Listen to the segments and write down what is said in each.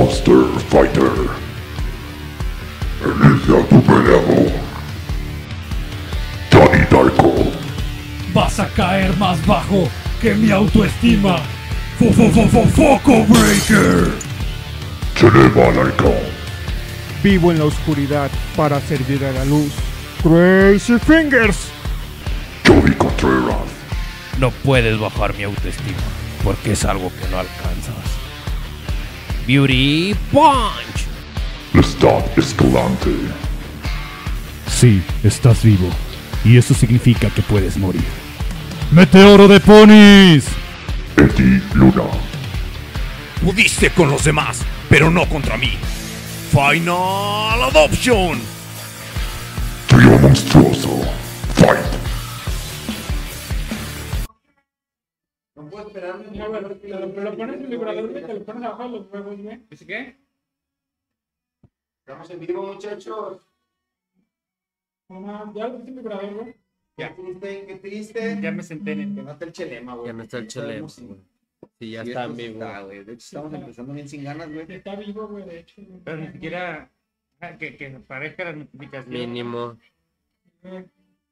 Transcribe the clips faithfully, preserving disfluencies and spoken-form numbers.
Monster Fighter. Inicia tu pelea. Johnny Darko. Vas a caer más bajo que mi autoestima. Fo fo fo fo Foco Breaker. Cinema Darko. Vivo en la oscuridad para servir a la luz. Crazy Fingers. Joey Contreras. No puedes bajar mi autoestima porque es algo que no alcanzas. Beauty Punch. Lestat Escalante. Sí, estás vivo. Y eso significa que puedes morir. ¡Meteoro de ponis! Eddie Luna. Pudiste con los demás, pero no contra mí. Final Adoption. Trío monstruoso. Fight. No puedo esperar. Ya, güey, te lo, te lo pones en el vibrador, güey, te lo pones abajo de los huevos, güey. ¿Dice qué? Estamos en vivo, muchachos. No, ya lo puse en el vibrador, güey. Ya. Qué triste, qué triste. Ya me senté en el Que no está el chelema, güey. Ya no está el chelema. Sí, ya está en vivo. Está, güey. De hecho, estamos empezando bien sin ganas, güey. Está vivo, güey, de hecho. Güey. Pero ni siquiera ah, que, que aparezca la notificación. Mínimo. Güey.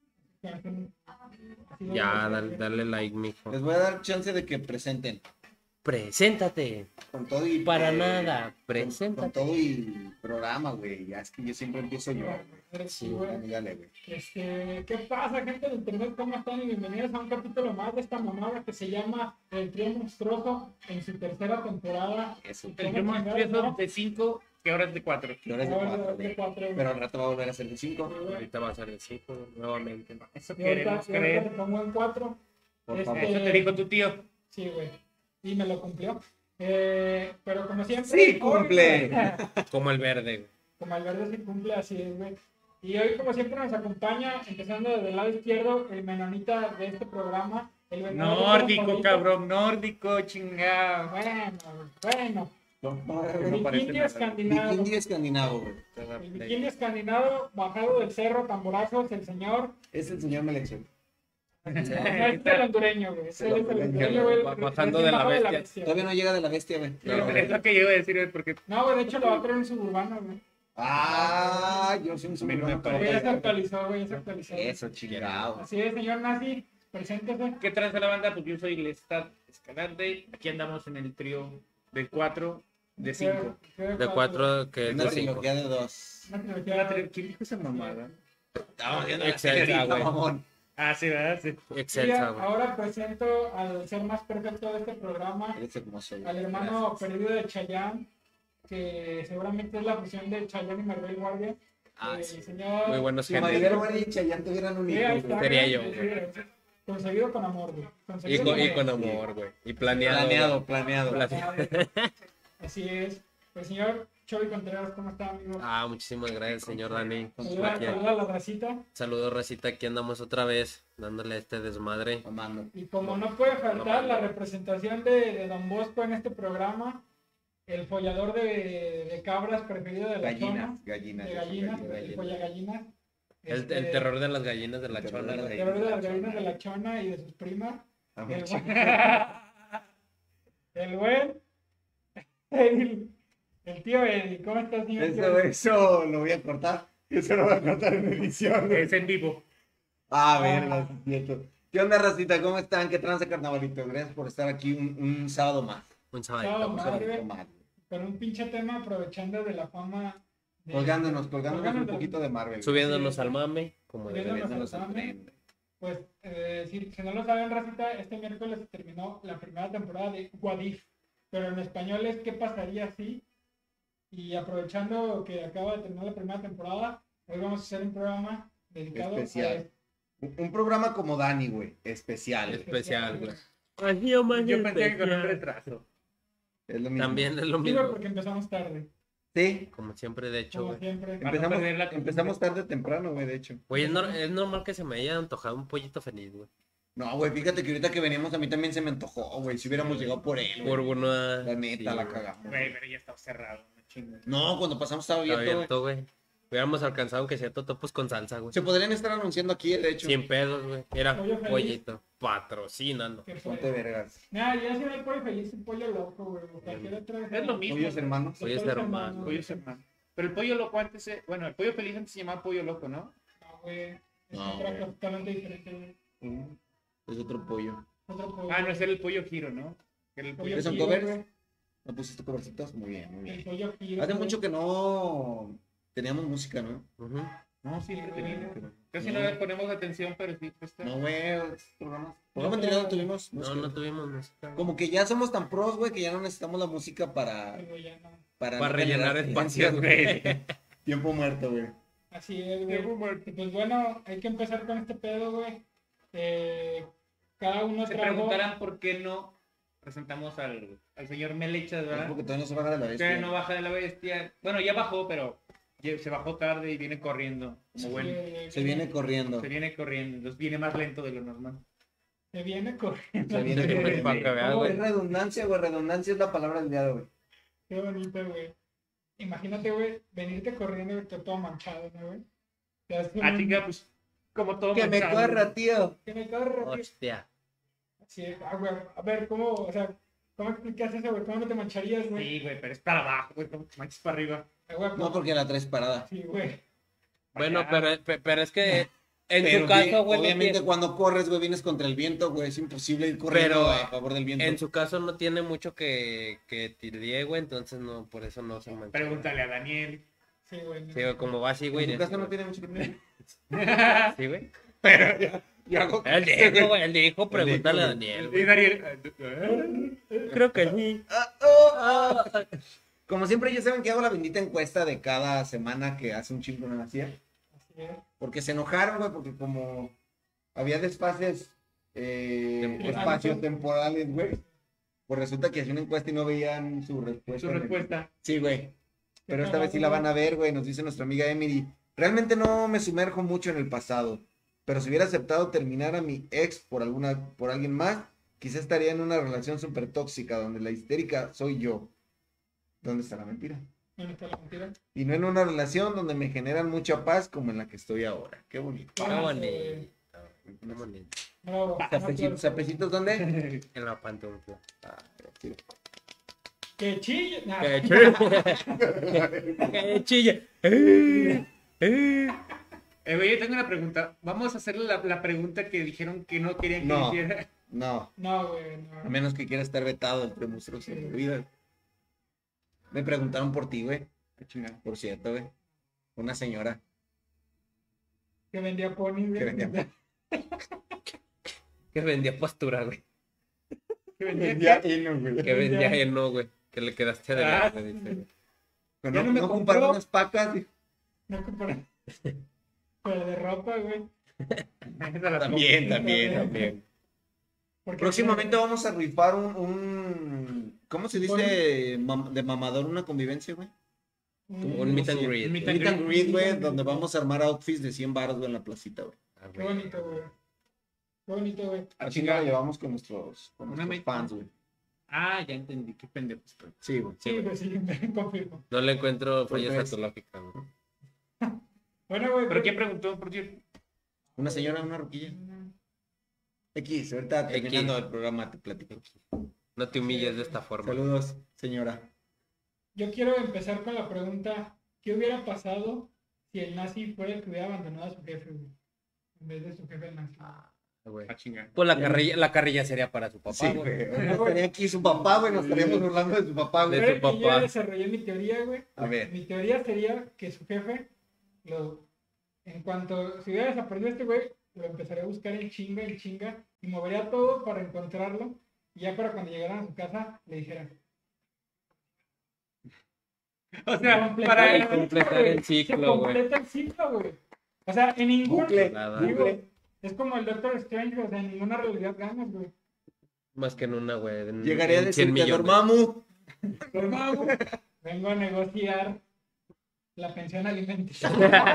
Así de- Ya, dale, dale like, mijo. Les voy a dar chance de que presenten. Preséntate. Con todo y. Para eh, nada. Con, con Preséntate. todo y programa, güey. Ya es que yo siempre empiezo yo. Sí, güey. Dale, güey. Este, ¿qué pasa, gente de internet? ¿Cómo están? Y bienvenidos a un capítulo más de esta mamada que se llama El Trío Monstruoso en su tercera temporada. Eso. El primo empiezo de cinco, que ahora es de cuatro. Que ahora es de Ahora cuatro, de güey. cuatro, güey. Pero al rato va a volver a ser de cinco. Ahorita va a ser de cinco nuevamente. Eso Y ahorita, queremos y ahorita creer. le pongo en cuatro. Por Este, favor. Eso te dijo tu tío. Sí, güey. Y me lo cumplió. Eh, pero como siempre. Sí, cumple. hoy- Como el verde, güey. Como el verde sí cumple, así es, güey. Y hoy, como siempre, nos acompaña, empezando desde el lado izquierdo, el menonita de este programa. El vengador de Nórdico, favorito. cabrón, nórdico, chingado. Bueno, bueno. No, no, El no parece vikingo nada. escandinavo. Vikingo escandinavo, güey. El vikingo escandinavo, bajado del cerro, tamborazos, el señor. Es el señor Melechel. Este es el hondureño, güey. Este es el hondureño, güey. Va el- bajando recién de la bajado bestia. Todavía no llega de la bestia, güey. Pero es lo que yo iba a decir, güey, porque No, güey, de hecho lo va a traer un suburbano, güey. Ah, yo soy un A mí no me suburbano parece. Güey, ya se todavía. actualizó, güey, ya se actualizó. Eso, chingado. Así es, señor Nazi, preséntese. ¿qué trae la banda? Pues yo soy Lestat Escalante. Aquí andamos en el trío de cuatro, de cinco. De cuatro, que es Una de cinco. trilogía de dos. Una Una trilogía. tri- ¿Quién dijo esa mamada? Estamos viendo Excelsa, güey. mamón. Ah, sí, ¿verdad? Sí. Y Excelsa, güey. ahora presento al ser más perfecto de este programa, Eres hermoso, güey. al hermano Gracias. perdido de Chayanne, que seguramente es la fusión de Chayanne y Maribel Guardia. Ah, el sí. señor... Muy buenos Si gentes. Maribel Guardia y Chayanne tuvieran un Sí, hijo, ahí güey. está, Sería güey. yo, Sí, güey. sí. Conseguido con amor, güey. Y Conseguido con, y con con amor, güey. Y planeado. Planeado, planeado. Planeado. Así es. El señor Chovy Contreras, ¿cómo está, amigo? Ah, muchísimas gracias, señor Dani. Saluda, Aquí- saluda a la racita. Saludos, Racita. Aquí andamos otra vez, dándole este desmadre. Mamando. Y como no puede faltar la representación de, de Don Bosco en este programa, el follador de, de cabras preferido de la Gallinas, chona, gallinas. de gallinas, el gallinas. folla gallinas. El, Este, el terror de las gallinas de la el terror chona. de las güey. el terror de las gallinas de la chona y de sus primas. Ah, El mucho. buen, el buen, el, el tío Eddie, ¿cómo estás, señor? Eso, eso lo voy a cortar. Eso lo voy a cortar en edición, güey. Es en vivo. Ah, verga, sí es cierto. ¿Qué onda, racita? ¿Cómo están? ¿Qué tranza, carnavalito? Gracias por estar aquí un, un sábado más. Un Sábado sabadito. Un más, sábado güey. más. Con un pinche tema aprovechando de la fama. de- Colgándonos, colgándonos un de- poquito de Marvel. Subiéndonos al mame, como Subiéndonos debe. Subiéndonos al al mame. tren, güey. Pues, eh, si, si no lo saben, Racita, este miércoles se terminó la primera temporada de What If, pero en español es ¿qué pasaría si? Y aprovechando que acaba de terminar la primera temporada, hoy vamos a hacer un programa dedicado Especial. Un, un programa como Dani, güey. Especial. Especial, güey. Yo pensé que con un retraso. Es lo mismo. También es lo a... Digo mismo. porque empezamos tarde, Sí. Como siempre, de hecho, como güey. siempre. Para no Empezamos, perder la costumbre. empezamos tarde temprano, güey, de hecho. Güey, es, nor- es normal que se me haya antojado un pollito feliz, güey. No, güey, fíjate que ahorita que veníamos a mí también se me antojó, güey. Si hubiéramos llegado por él, güey. Por una. La neta, Sí, la güey. cagamos. Güey, pero ya está cerrado. No chingues. No, cuando pasamos estaba Está abierto, güey. abierto, güey. Hubiéramos alcanzado aunque sea totopos con salsa, güey. Se podrían estar anunciando aquí, de hecho. Cien pesos, güey. Era Pollo feliz. pollito. Patrocinando. ¿Qué Ponte fue? vergas. Nah, ya si no hay pollo feliz y pollo loco, güey. o cualquier otra. Es lo mismo. Pollos hermanos. Pollos Pollos hermanos. hermanos. Pollo es hermano. Pero el pollo loco antes, se- bueno, el pollo feliz antes se llamaba pollo loco, ¿no? No, güey. Es No, otra güey. cosa totalmente diferente, güey. Mm, Es otro pollo. Otro pollo. Ah, no, ese era el pollo giro, ¿no? Era el Pollo pollo ¿Qué son giro, covers? güey. ¿Me pusiste covercitos? Muy bien, muy El bien. pollo giro. Hace güey. mucho que no teníamos música, ¿no? Ujú. No, sí, Sí, entretenido. güey. Casi no No. le ponemos atención, pero sí, pues está. No, güey, estos programas. Programa anterior no tuvimos No, música. no tuvimos música. güey. Como que ya somos tan pros, güey, que ya no necesitamos la música para... Sí, güey, ya no. Para, Para no rellenar generar espacios, silencios, güey. Tiempo muerto, güey. Así es, güey. Y pues bueno, hay que empezar con este pedo, güey. Eh, cada uno Se trajo... preguntarán por qué no presentamos al, al señor Melechas, Es ¿verdad? porque todavía no se baja de la Que bestia. no baja de la bestia. Bueno, ya bajó, pero ya- se bajó tarde y viene corriendo. Como bueno, eh, Se viene corriendo. se viene corriendo, entonces viene más lento de lo normal. Se viene corriendo. Se viene corriendo. Para que veas, No, güey. es redundancia, güey. Redundancia es la palabra del día de hoy. Qué bonito, güey. Imagínate, güey, venirte corriendo y estar todo manchado, ¿no, güey? Te das Ah, un- chica, pues, como todo Que me manchado. corra, tío. Que me corre, tío. Hostia. Así es. Ah, güey. A ver, ¿cómo, o sea, cómo explicas eso, güey? ¿Cómo no te mancharías, güey? Sí, güey, pero es para abajo, güey, como te manches para arriba. Ah, güey, No, porque la traes parada. Sí, güey. Bueno, Acá. pero, pe- pero es que en Pero su caso, bien, güey, no obviamente tiene- cuando corres, güey, vienes contra el viento, güey. Es imposible ir corriendo Pero, a favor del viento. en su caso no tiene mucho que, que tirie, güey, entonces no, por eso no se mancha. Pregúntale a Daniel. Sí, güey. Sí, güey, como va así, güey. En su es- caso no tiene mucho que ver. Sí, güey. Pero ya, ya hago. Él dijo, güey, él dijo, pregúntale a güey. Daniel, Y güey. Daniel. ¿eh? Creo que sí. Ah, oh, ah. Como siempre, ya saben que hago la bendita encuesta de cada semana que hace un chingo no la hacía. Así es. Porque se enojaron, güey, porque como había desfases, eh, Temporales. espacios temporales, güey. Pues resulta que hacía una encuesta y no veían su respuesta. Su respuesta. Sí, güey. Pero esta vez sí la van a ver, güey. Nos dice nuestra amiga Emily. Realmente no me sumerjo mucho en el pasado. Pero si hubiera aceptado terminar a mi ex por alguna, por alguien más, quizá estaría en una relación súper tóxica donde la histérica soy yo. ¿Dónde está la mentira? ¿Dónde está la mentira? Y no en una relación donde me generan mucha paz como en la que estoy ahora. Qué bonito. Qué Ah, bonito. güey. Qué bonito. Bravo. ¿Sapecitos, sapecitos dónde? En la pantufla. Ah, sí. Que chille. Nah. ¡Qué chilla! ¡Qué chilla! ¡Eh! ¡Eh! Eh, güey, yo tengo una pregunta. Vamos a hacerle la, la pregunta que dijeron que no querían que No. hiciera. No, No, güey, a no. menos que quiera estar vetado entre monstruos en mi vida. Me preguntaron por ti, güey. Qué chingada. Por cierto, güey. Una señora Que vendía ponis, güey. que vendía. Que vendía postura, güey. ¿Qué vendía vendía? heno, güey. Que vendía heno, güey. Que le quedaste a Ah. deber, dice, güey. No, Ya no no, me no compró. compraron unas pacas. y- No compré. Pero de ropa, güey. Esa la También, también, También. también. Porque- Próximamente vamos a rifar un, un ¿cómo se dice? Mam- de mamador, una convivencia, güey. Un meet and Sí, greet. un Meet Meet and and greet. greet, güey, donde vamos a armar outfits de cien baros, güey, en la placita, güey. Ah, Qué güey. bonito, güey. Qué bonito, güey. Ah, Así chingada. la llevamos con nuestros, con Una nuestros me- fans, güey. Ah, ya entendí. Qué pendejo estoy. Sí, güey. Sí, güey, sí, me confirmo. No le encuentro Pues fallas a ves. tu lógica, güey. Bueno, güey. ¿Pero pues- quién preguntó, por cierto? Una señora, una roquilla. X, ahorita X. terminando el programa te platico. No te humilles de esta forma. Saludos, señora. Yo quiero empezar con la pregunta: ¿qué hubiera pasado si el nazi fuera el que hubiera abandonado a su jefe, güey? En vez de su jefe el nazi. Ah, güey. Ah, chinga. Pues la carrilla, la carrilla sería para su papá, Sí, güey. güey. Estaría aquí su papá, güey. Nos estaríamos burlando de su papá, güey. De Creo su que yo papá. ya desarrollé mi teoría, güey. A ver. Mi teoría sería que su jefe, lo, en cuanto si hubiera desaparecido este güey, lo empezaría a buscar en chinga, en chinga, y movería todo para encontrarlo. Y ya para cuando llegaran a su casa, le dijeran. O sea, completar para el él. completar el Se ciclo, güey. completa el ciclo, güey. O sea, en ningún. Bucle. Nada. digo, es como el Doctor Strange, o sea, en ninguna realidad ganas, güey. Más que en una, güey. en- Llegaría a en cien decirte, millones. Dormammu. Vengo a negociar la pensión alimenticia.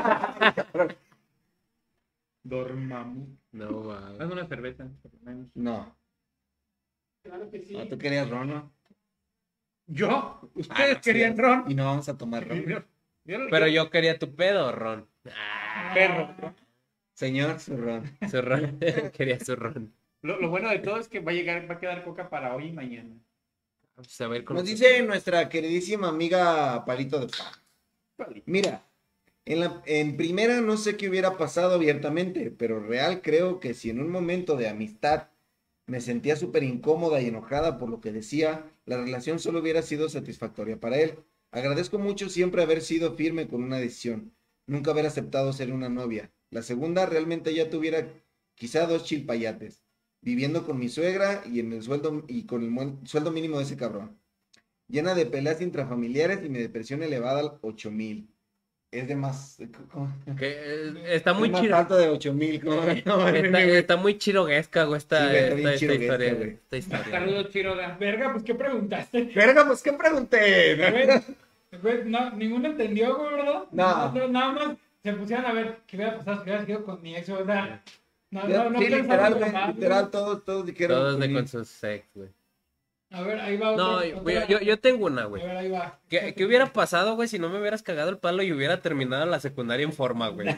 Dormamos. No, va. Dame una cerveza, por lo menos. No. Claro que sí. No, tú querías ron, ¿no? ¿Yo? Ah, ¿Ustedes no, querían sí. ron? Y no vamos a tomar Y ron. no, Yo lo- Pero yo- yo quería tu pedo, Ron. Ah, Perro. ¿no? Señor Zurrón. su Ron. Quería su Ron. Lo, lo bueno de todo es que va a llegar, va a quedar coca para hoy y mañana. Se va a ir con Nos nosotros. dice nuestra queridísima amiga Palito de Pan. Mira, en, la, en primera no sé qué hubiera pasado abiertamente, pero real creo que si en un momento de amistad me sentía súper incómoda y enojada por lo que decía, la relación solo hubiera sido satisfactoria para él. Agradezco mucho siempre haber sido firme con una decisión, nunca haber aceptado ser una novia. La segunda, realmente ya tuviera quizá dos chilpayates, viviendo con mi suegra y en el sueldo y con el mu- sueldo mínimo de ese cabrón. Llena de peleas intrafamiliares y mi depresión elevada al ocho mil. Es de más... ¿cómo? Que, eh, está Es muy más chido. alto de ocho mil. Está, está muy chiroguesca, güey, esta, Sí, güey, está esta, bien esta chiroguesca, historia. güey. Esta historia. Saludos, Chiroga. Verga, pues, ¿qué preguntaste? Verga, pues, ¿qué pregunté? Güey, güey, no, ninguno entendió, güey, ¿verdad? No. no. Nada más se pusieron a ver qué hubiera pasado si hubiera sido con mi ex, o sea... No, no, no Sí, pensaron literal, lo güey, más, literal, güey. todos, todos dijeron... Todos de sí. con su sex, güey. A ver, ahí va No, otro, güey, otra- yo, yo tengo una, A güey. ver, ahí va. ¿Qué, ¿Qué hubiera pasado, güey, si no me hubieras cagado el palo y hubiera terminado la secundaria en forma, güey?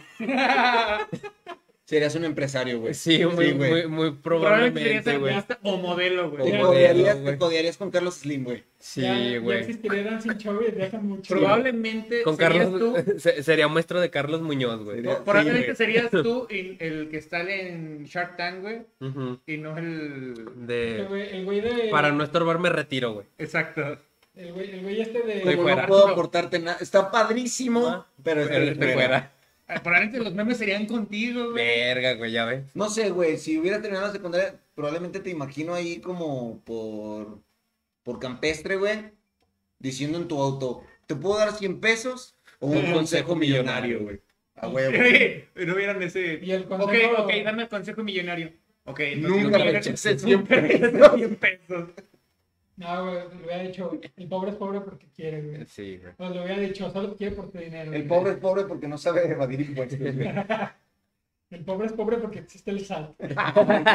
Serías un empresario, güey. Sí, muy, güey. muy, muy Probablemente probablemente, serías güey. cineasta o modelo, Te güey. Ya, codearías, güey. te codearías con Carlos Slim, güey. Sí, ya, Ya güey. existiría Dancing Show desde hace mucho. Probablemente Con serías Carlos, tú. se- sería maestro de Carlos Muñoz, güey. Sería- Probablemente Sí, serías tú el, el que sale en Shark Tank, güey. Ujú. Y no el. El De... güey, el güey de... Para no estorbar me retiro, güey. Exacto. El güey, el güey este de... Estoy Como fuera. no puedo aportarte nada. Está padrísimo, Ah, pero Pero estoy estoy fuera. fuera. Ah, Probablemente los memes serían contigo, güey. Verga, güey, ya ves. No sé, güey, si hubiera terminado la secundaria, probablemente te imagino ahí como por, por campestre, güey, diciendo en tu auto, ¿te puedo dar cien pesos o un Un consejo millonario, güey? A huevo. Oye, no vieran ese. Y el Ok, consejo- ok, dame el consejo millonario. Ok, no Nunca tengo me que- eches cien pesos. cien pesos. No, güey, le hubiera dicho, el pobre es pobre porque quiere, güey. Sí, güey. O le hubiera dicho, solo te quiere por tu dinero. El güey. pobre es pobre porque no sabe evadir impuestos, güey. El pobre es pobre porque existe el S A T.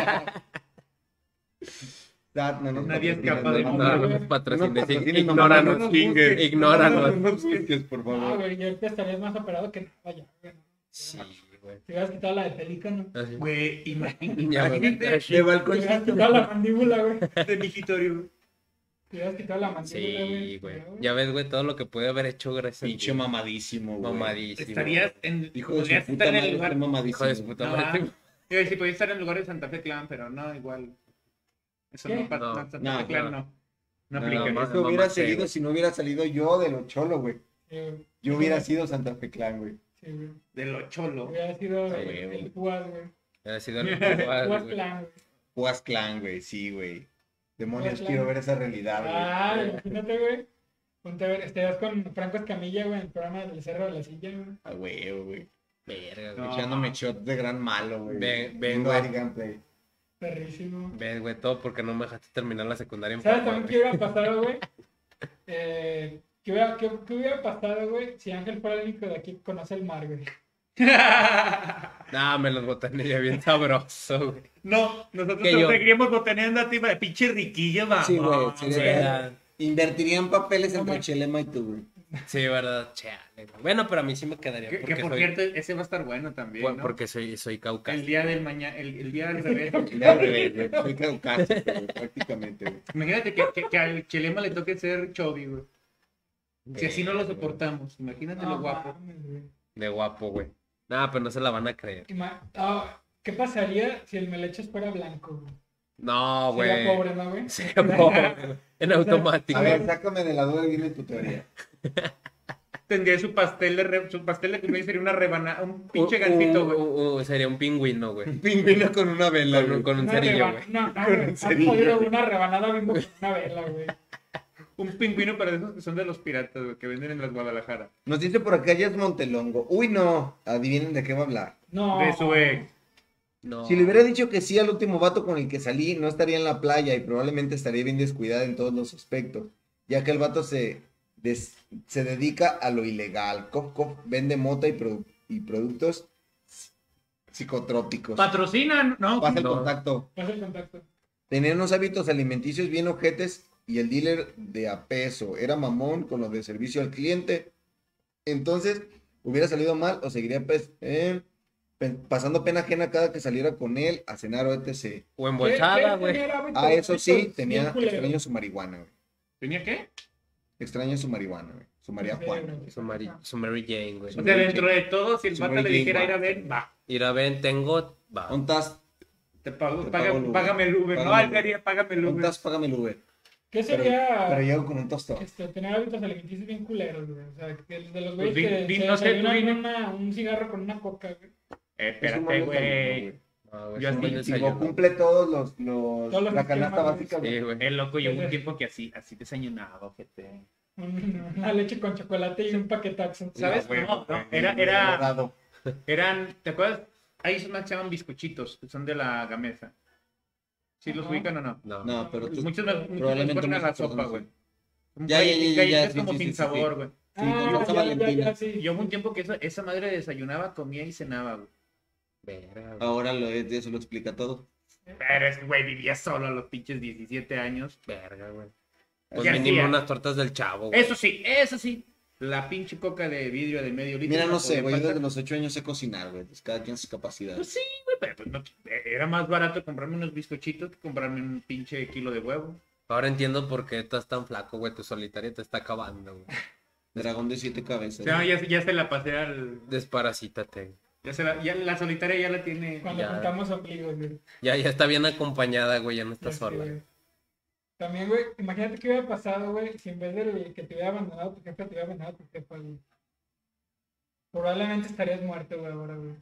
Dad, no nos Nadie patrocines, escapa de no, mundo. no, No, no, no nos patrocines. no nos patrocines, Ignóranos. no nos busques. Ignóranos. No nos busques, por No, favor. güey, y ahorita estarías más operado que nada, ya, güey. Sí, güey. Te hubieras quitado la de pelícano. Así. Güey, imagínate. Ya, güey. Imagínate De Te balcón. hubieras quitado la mandíbula, güey. de mijitorio, güey. Te hubieras quitado la mandíbula, güey. Sí, güey. Ya ves, güey, todo lo que puede haber hecho gracias a Pinche ti. mamadísimo, güey. Mamadísimo. Estarías en. Hijo de su podrías puta estar en madre, el lugar. estoy mamadísimo. Hijo de su puta No, madre. ah, Iba a decir, podría estar en el lugar de Santa Fe Clan, pero no, igual. Eso ¿Qué? no pasa. No. No, Santa No, Fe Clan no. no. No, No, aplica. no, Eso hubiera mamá, sí, seguido güey. si no hubiera salido yo de los cholo, güey. Sí, güey. Yo hubiera sido Santa Fe Clan, güey. Sí, güey. De lo cholo. Hubiera sido Sí, el, güey. el Púas, güey. Ha sido el Púas güey. Clan, güey. Puas Clan, güey, sí, güey. Demonios, Púas quiero Clan. ver esa realidad, güey. Ah, imagínate, güey. Ponte a ver, estarías con Franco Escamilla, güey, en el programa del Cerro de la Silla, güey. A huevo, güey. Verga, güey. No. Echándome shot de gran malo, güey. Ven- ven, Viendo güey. Ari Gameplay. Perrísimo. Ves, güey, todo porque no me dejaste terminar la secundaria en ¿Sabes forma, también qué güey. hubiera pasado, güey? Eh, ¿qué, hubiera, qué, qué hubiera pasado, güey, si Ángel fuera el único de aquí que conoce el mar, güey? Nah, me los botanería bien sabroso, güey. No, nosotros Que nos yo- seguiríamos botaneando a ti de pinche riquillo, va. Sí, güey. Sí, sería- ah, Invertirían papeles entre No, Chelema y tú, güey. sí, verdad, chale, güey. Bueno, pero a mí sí me quedaría Que, que porque por soy, cierto, ese va a estar bueno también, por- ¿no? porque soy, soy caucásico. El día del mañana, el, el día del revés. Ya, güey, güey. Soy caucásico, güey, prácticamente, güey. Imagínate que, que, que al Chelema le toque ser Chovy, güey. Si así no lo Verga, soportamos, imagínate No lo guapo. mames, güey. De guapo, güey. Nah, pero no se la van a creer. Ima- ah, ¿qué pasaría si el Melechas fuera blanco, güey? No, güey. Sería pobre, ¿no, güey? Sería pobre, güey. En automático. A ver, sácame de la duda y dime tu teoría. Tendría su pastel de re- su pastel de cumpleaños sería una rebanada, un pinche Uh, gancito, uh, güey. uh, uh, sería un pingüino, güey. Un pingüino con una vela, Con, un- güey. con un Una cerillo, reba- güey. No, no, güey. ¿Has cerillo, podido güey. una rebanada bimbo con una vela, güey? Un pingüino para esos que son de los piratas, güey, que venden en las Guadalajara. Nos dice por acá, ya es Montelongo. Uy, no. Adivinen de qué va a hablar. No. De su ex. No. Si le hubiera dicho que sí al último vato con el que salí, no estaría en la playa y probablemente estaría bien descuidada en todos los aspectos, ya que el vato se, des- se dedica a lo ilegal. Cop, cop, vende mota y, produ- y productos psicotrópicos. Patrocinan, ¿no? Pasa el No. contacto. Pasa el contacto. Tenía unos hábitos alimenticios bien ojetes y el dealer de a peso. Era mamón con lo de servicio al cliente. Entonces, hubiera salido mal o seguiría pues, eh, pe- pasando pena ajena cada que saliera con él a cenar o etcétera. O embolsada, güey. Ah, eso sí, tenía extraño su marihuana, güey. ¿Tenía qué? Extraño su marihuana, güey. Su marihuana. güey. Su Mary, su Mary Jane, güey. O sea, dentro de todo, si el Su vato Mary le Jane, dijera ir a va. ver, va. Ir a ver, tengo. Va. ¿Ontas? Te pago, Te paga- pago el Uber. págame el Uber. No, Págame el Algaría, págame el Uber. ¿Ontas? Págame el Uber. ¿Qué Pero, sería pero llego con un tostón. este, tener hábitos alimenticios bien culeros, güey? O sea, que de los Pues güeyes di- que di- se no sé, tú desayunan dime. una- un cigarro con una coca, güey. Eh, Es un espérate, buen güey. desayuno, No, güey, Yo es un así, buen Si desayuno. Goku cumple todos los, los Todos los la esquemas, canasta güey. básica, güey. Sí, güey. El loco llevó un Ese- tiempo que así, así desayunaba, gente. Un- Una leche con chocolate y un paquetaxo. ¿Sabes? Ah, güey, No, no, güey, era, güey, era, dorado. eran, ¿te acuerdas? Hay unos que se llaman bizcochitos, que son de la gamesa. ¿Sí los Ajá. ubican o no? No. No, pero tú, Muchos me muchos les probablemente ponen a la muchas sopa, personas güey. sí. Son Ya, ya, galletas- ya, ya, galletas sí, como sí, sin sí, sí. sabor, güey. Sí, con Ah, salsa ya, ya, Valentina. ya, sí. Y hubo un tiempo que esa, esa madre desayunaba, comía y cenaba, güey. Verga, güey. ahora lo, eso lo explica todo. Pero es que, güey, vivía solo a los pinches diecisiete años. Verga, güey. Pues ¿Qué mínimo hacía? unas tortas del chavo, güey. Eso sí, eso sí. La pinche coca de vidrio de medio litro. Mira, no la sé, podía güey, yo pasar. desde los ocho años sé cocinar, güey. Pues cada quien sus capacidades. Pues sí, güey, pero pues no, era más barato comprarme unos bizcochitos que comprarme un pinche kilo de huevo. Ahora entiendo por qué estás tan flaco, güey. Tu solitaria te está acabando, güey. Dragón de siete cabezas. O sea, ya, ya se la pasé al... Desparasítate. Ya se la, ya la solitaria ya la tiene... Cuando Ya. juntamos ombligos, güey. Ya, ya está bien acompañada, güey. Ya no está Ya sé, sola. güey. También, güey, imagínate qué hubiera pasado, güey, si en vez de que te hubiera abandonado tu jefe, te hubiera abandonado tu jefa, güey. Probablemente estarías muerto, güey, ahora, güey.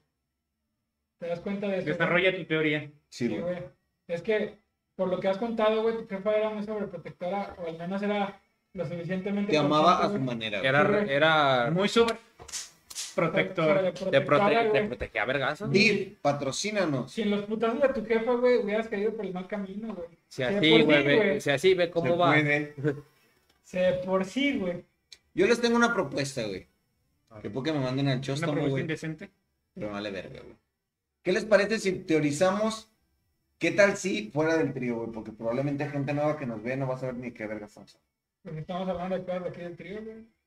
¿Te das cuenta de eso? güey? Desarrolla tu teoría. Sí, Sí, güey. güey. Es que, por lo que has contado, güey, tu jefa era muy sobreprotectora, o al menos era lo suficientemente... Te amaba a consciente, su güey. manera. güey. Era, güey. era Muy sobre... Sobre- Protector. te, sobreprotectora, prote- te güey. protegía a vergazos. Dir, patrocínanos. Si en los putazos de tu jefa, güey, hubieras caído por el mal camino, güey. Si de así, por güey, sí, ve, si así, ve cómo Se va. puede. Si de por sí, güey. Yo les tengo una propuesta, güey. Que porque me manden al Una chóstomo, propuesta güey. indecente. Pero vale verga, güey. ¿Qué les parece si teorizamos qué tal si fuera del trío, güey? Porque probablemente gente nueva que nos ve no va a saber ni qué verga estamos. Porque estamos hablando de cosas de aquí del trío, güey.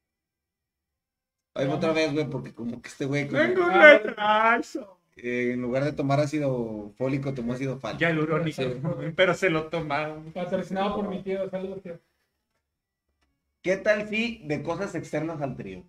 Ahí va otra vez, güey, porque como que este güey, como, Tengo un Ah, retraso. eh, en lugar de tomar ácido fólico, tomó ácido fálico. Ya el urónico. Pero se lo tomaron. Patrocinado por mi tío, saludos, tío. ¿Qué tal si de cosas externas al trío?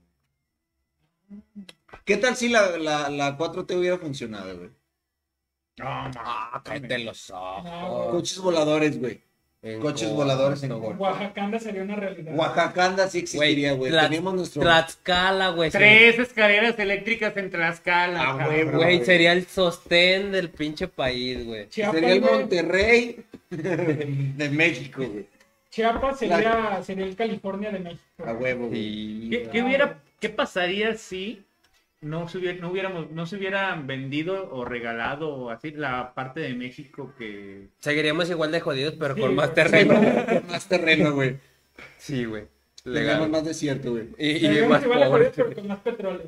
¿Qué tal si la, la, la cuatro T hubiera funcionado, güey? No, Ah, cállate los ojos. No, güey. Coches voladores, güey. En Coches corto, voladores en güey. corto. Oaxacanda sería una realidad. Oaxacanda sí existiría, güey. Tla- Tenemos nuestro... Tlaxcala, güey. Tres escaleras eléctricas en Tlaxcala. Ah, cabrón. güey, Güey, sería el sostén del pinche país, güey. Chiapas, Sería el güey. Monterrey de México, güey. Chiapas sería, sería el California de México. A huevo, güey. Sí. ¿Qué, qué hubiera, qué pasaría si no se, hubiera, no, hubiéramos, no se hubieran vendido o regalado o así la parte de México que... Seguiríamos igual de jodidos, pero Sí, con más güey. terreno. Con más terreno, güey. Sí, güey. Tendríamos Legal. más desierto, güey. Y, y Seríamos más igual de pobre. jodidos, pero con más petróleo.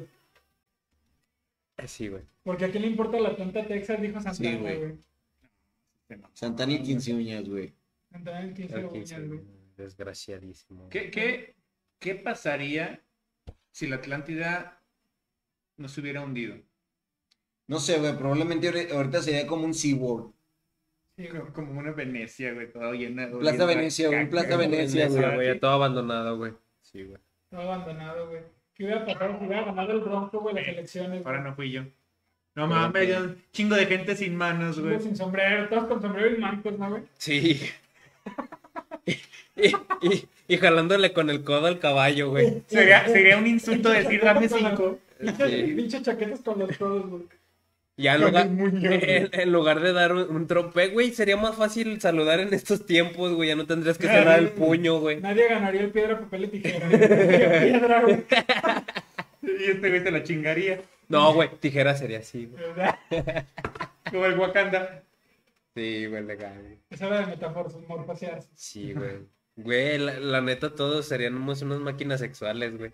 Sí, güey. Porque a quién le importa la tonta Texas, dijo Santana, Sí, güey. güey. Santana y quince uñas, güey. Santana el quince de Aquí, uñas, güey. desgraciadísimo. ¿Qué, qué, qué pasaría si la Atlántida no se hubiera hundido? No sé, güey. Probablemente ahori- ahorita sería como un SeaWorld. Sí, güey. Como, como una Venecia, güey, todo llena. Plaza oliendo a Venecia, güey, caca, Plaza güey. Venecia, Sí, güey. güey, ya todo abandonado, güey. Sí, güey. Todo abandonado, güey. ¿Qué hubiera pasado si hubiera ganado el Bronco, güey, las elecciones? Ahora güey? no fui yo. No mames, yo un chingo de gente sin manos, güey. Sin sombrero, todos con sombrero y mancos, ¿no, güey? Sí. y, y, y, y jalándole con el codo al caballo, güey. Sería, sería un insulto decir dame Con las- cinco. Pinches Sí. pinches chaquetas con los codos, güey. Ya en Con lugar, el muñón, en, en lugar de dar un, un trompe, güey, sería más fácil saludar en estos tiempos, güey. Ya no tendrías que cerrar el puño, güey. Nadie ganaría el piedra, papel y tijera. Piedra, güey. Y este güey se la chingaría. No, güey, tijera sería así, güey. ¿Verdad? Como el Wakanda. Sí, güey, legal. güey. Es hora de metáforas, morfasearse. Sí, güey. Güey, la, la neta, todos seríamos unas máquinas sexuales, güey.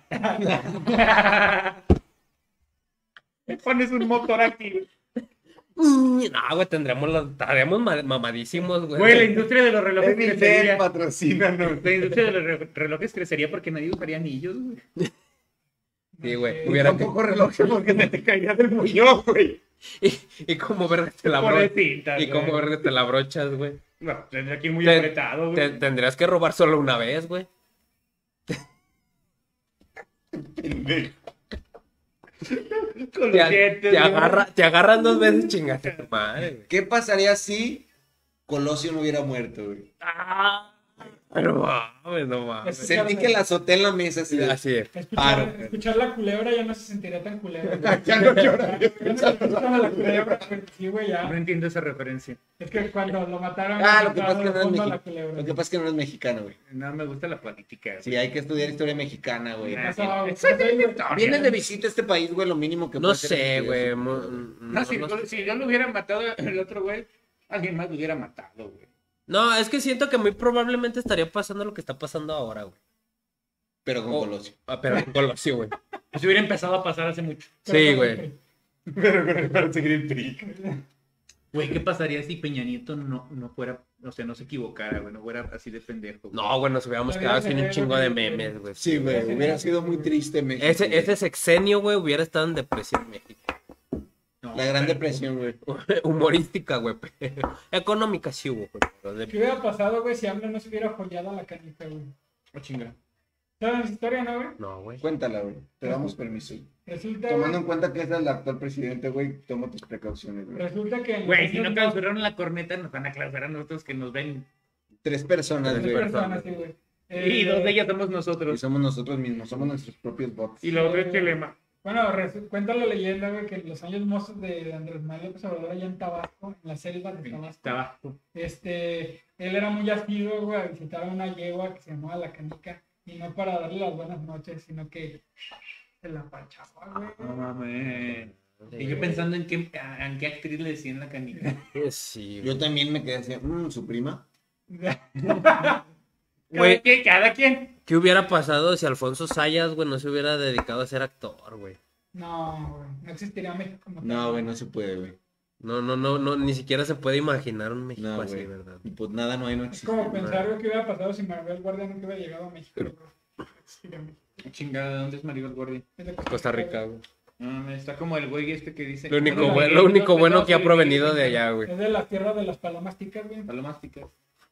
Pones un motor aquí. No, güey, tendríamos los, estaríamos ma- mamadísimos, güey. Güey, la industria de los relojes Evil Dead, crecería. patrocínanos. La industria de los re- relojes crecería porque nadie usaría anillos, güey. Sí, güey. sé. Hubiera- Tampoco reloj porque se te caería del muñón, güey. Y, y como verga te la Por brochas. cintas, Y como güey. verga te la brochas, güey. No, tendría que ir muy Te- apretado, Te- güey. tendrías que robar solo una vez, güey. Con Te, los dientes, te, güey. agarra, te agarran dos veces, chingate tu madre, güey. ¿Qué pasaría si Colosio no hubiera muerto, güey? Ah, no mames, no mames. Sentí que la azoté en la mesa así de... Así es. Escuchar, Paro. escuchar la culebra ya no se sentiría tan culebra. Ya no llora. Ya no se escucha la culebra, güey. Sí, güey, No ya. entiendo esa referencia. Es que cuando lo mataron, Ah, lo que estaba pasa es que no de eres fondo la mexicano. culebra. Lo que pasa es que no eres mexicano, güey. No me gusta la política, güey. Sí, hay que estudiar historia mexicana, güey. Nah. Eso, güey. Soy de Victoria. Vienes de visita a este país, güey, lo mínimo que No puedes hacer sé, es güey. estudiar mo- su- No, No, si, no sé. si yo lo hubiera matado el otro güey, alguien más lo hubiera matado, güey. No, es que siento que muy probablemente estaría pasando lo que está pasando ahora, güey. Pero con Oh. Colosio. Ah, pero con Colosio, güey. Pues hubiera empezado a pasar hace mucho. Sí, güey. Pero con el para seguir el trick. Güey, ¿qué pasaría si Peña Nieto no, no fuera, o sea, no se equivocara, güey, no fuera así de pendejo? güey? No, güey, nos hubiéramos La quedado vida sin se un ve chingo de horrible. memes, güey. Sí, güey, hubiera sido muy triste México. Ese, güey. ese sexenio, güey, hubiera estado en depresión México. No, La Gran pero- Depresión, güey. Humorística, güey. pero Económica sí hubo, güey. pero de- ¿Qué hubiera pasado, güey, si AMLO no se hubiera joyado a la canica, güey? Oh, chinga. ¿Sabes la historia, no, güey? No, güey. Cuéntala, güey. Te damos permiso. Resulta, Tomando güey, en cuenta que es el actual presidente, güey, toma tus precauciones, güey. resulta que... en Güey, si los no años clausuraron la corneta, nos van a clausurar a nosotros que nos ven. Tres personas, Tres Tres güey. personas, sí, güey. Y Eh, dos de ellas somos Y nosotros. somos nosotros mismos, somos nuestros propios bots. Y lo otro es Chelema. Bueno, resu- cuenta la leyenda, güey, que en los años mozos de Andrés Manuel López Obrador allá en Tabasco, en la selva de Tabasco, Estaba. este, él era muy asiduo, güey, a visitar a una yegua que se llamaba La Canica, y no para darle las buenas noches, sino que se la parchaba, güey. No mames. Y yo pensando en qué, en qué actriz le decían la canica. Sí, Yo también me quedé así, mmm, su prima. Cada Güey, quien, cada quien. ¿qué hubiera pasado si Alfonso Sayas, güey, no se hubiera dedicado a ser actor, güey? No, güey, no existiría México como tal. No, güey, no se puede, güey. No, no, no, no, ni siquiera se puede imaginar un México No, así, güey. ¿verdad? Y pues nada, no hay, no Es existe. como pensar, güey, qué hubiera pasado si Maribel Guardia nunca hubiera llegado a México, güey. No existiría México. Chingada, ¿dónde es Maribel Guardia? Es de Costa Rica, güey. No mames, está como el güey este que dice. Lo único, Bueno, buen- Miguel, lo único los bueno pecados que ha de provenido Miguel. de allá, güey. Es de la tierra de las palomas ticas, güey. Palomas ticas.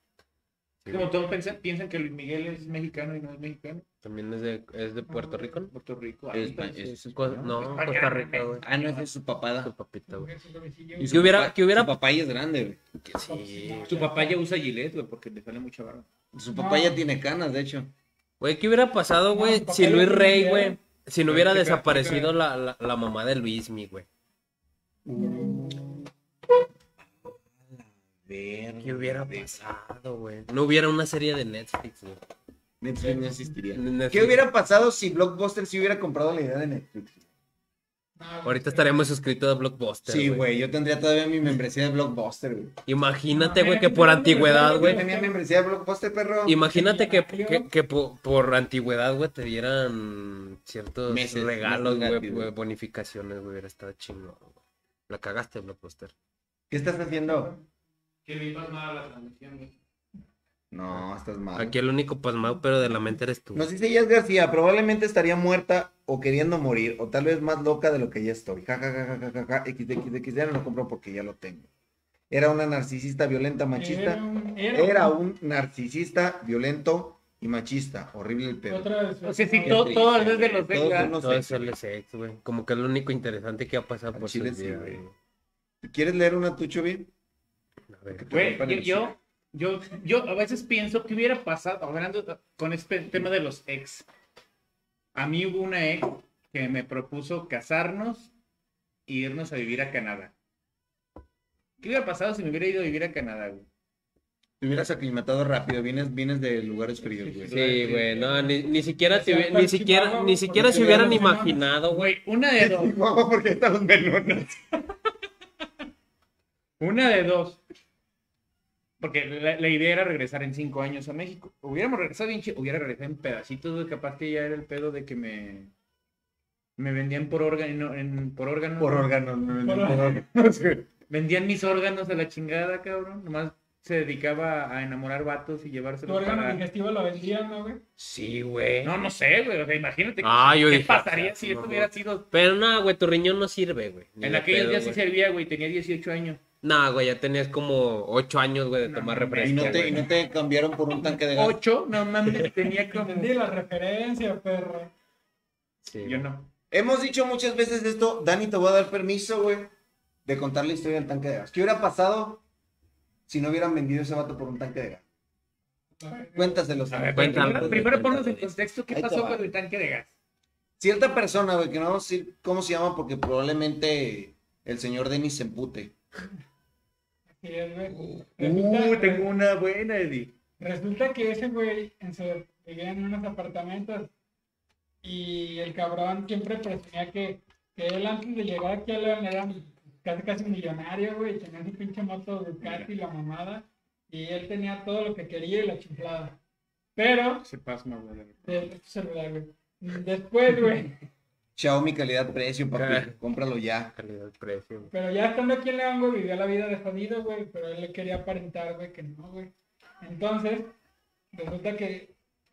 Como todos piensan, piensan que Luis Miguel es mexicano y no es mexicano. También es de, es de Puerto Rico, ¿no? Puerto Rico. Es- entonces, es- Es co- no, Costa Rica, güey. Ah, no, esa es su papada. Su papita, güey. Su cabecillo, Y güey. su ¿Qué hubiera- papá- qué hubiera- Su papá ya es grande, güey. Sí. Su papá ya usa Gillette, güey, porque le sale mucha barba. Su papá No. ya tiene canas, de hecho. Güey, ¿qué hubiera pasado, No, güey, su papá si ya Luis tiene Rey, dinero. güey, si no Pero hubiera checa, desaparecido checa. la, la, la mamá de Luismi, güey? ¿Qué hubiera pasado, güey? No hubiera una serie de Netflix, güey. Netflix no existiría. Netflix. ¿Qué hubiera pasado si Blockbuster sí hubiera comprado la idea de Netflix? No, güey, Ahorita sí. estaríamos suscritos a Blockbuster, Sí, güey. güey, yo tendría todavía mi membresía de Blockbuster, güey. Imagínate, No, güey, que mira, por yo antigüedad, no güey. Tenía membresía de Blockbuster, perro. Imagínate que, Millonario. que, que po- por, antigüedad, güey, te dieran ciertos Meses, regalos, meses güey, gratis, güey, güey. bonificaciones, güey, hubiera estado chingón, güey. La cagaste, Blockbuster. ¿Qué estás haciendo? Que le iba mal la transmisión, güey. No, estás mal. Aquí el único pasmado, pero de la mente eres tú. Nos dice Jess García, probablemente estaría muerta o queriendo morir, o tal vez más loca de lo que ya estoy. Ja, ja, ja, ja, ja, ja, ja, X D, X D, X D, no lo compro porque ya lo tengo. Era una narcisista violenta, machista. Era un... Era, Era un narcisista violento y machista. Horrible el pedo. Otra vez. O sea, sí, no, todo, triste, todo es de güey. los Todos Venga. son los Todo ex, eso es sex, güey. Como que es lo único interesante que ha pasado Al por chile su sí, vida, güey. güey. ¿Quieres leer una tú, Chubi? A ver. Güey, yo, yo, yo, yo a veces pienso que hubiera pasado, hablando con este tema de los ex. A mí hubo una ex que me propuso casarnos e irnos a vivir a Canadá. ¿Qué hubiera pasado si me hubiera ido a vivir a Canadá, güey? Te hubieras aclimatado rápido, vienes, vienes de lugares fríos, güey. Sí, güey, no, ni, ni siquiera, te O sea, hubi- ni para siquiera, Chihuahua, ni siquiera porque se hubieran vean los imaginado, güey. Güey, una de dos. Guau, porque están los melones. Una de dos. Porque la, la idea era regresar en cinco años a México. Hubiéramos regresado bien chido, hubiera regresado en pedacitos, güey, capaz que ya era el pedo de que me... Me vendían por órgano, en, por órgano. Por órganos, me venden Por por órganos. Vendían mis órganos a la chingada, cabrón. Nomás se dedicaba a enamorar vatos y Tu llevárselos órgano para... digestivo lo vendían, ¿no, güey? Sí, güey. No, no sé, güey. O sea, imagínate. Ah, yo ¿Qué dije, pasaría o sea, si esto no, hubiera no. sido... Pero no, güey, tu riñón no sirve, güey. Ni En de aquellos pedo, días sí güey. servía, güey. Tenía dieciocho años. No, güey, ya tenías como ocho años, güey, de No, tomar no, Y refresco, no, te, y güey. no te cambiaron por un tanque de gas. Ocho, no mames, tenía como... Entendí la referencia, perro. Sí. Yo no. Hemos dicho muchas veces esto. Dani, te voy a dar permiso, güey, de contar la historia del tanque de gas. ¿Qué hubiera pasado si no hubieran vendido ese vato por un tanque de gas? Cuéntaselo, A Sam. ver, Cuéntame, primero, güey, primero ponnos en cuéntame. contexto qué Ahí te pasó va. con el tanque de gas. Cierta persona, güey, que no vamos a decir cómo se llama porque probablemente el señor Denis se empute. Así es, güey. Uh, Resulta- tengo una buena, Eddie. Resulta que ese güey en su, vivía en unos apartamentos y el cabrón siempre presumía que, que él antes de llegar aquí a León era casi casi millonario, güey, tenía su pinche moto Ducati y la mamada y él tenía todo lo que quería y la chiflada. Pero, Se pasma, güey. de tu celular, güey. Después, güey, Xiaomi calidad-precio, papi. Ah. Cómpralo ya. Calidad, precio, güey. pero ya estando aquí en León, güey, vivía la vida de jodido, güey, pero él le quería aparentar, güey, que no, güey. Entonces, resulta que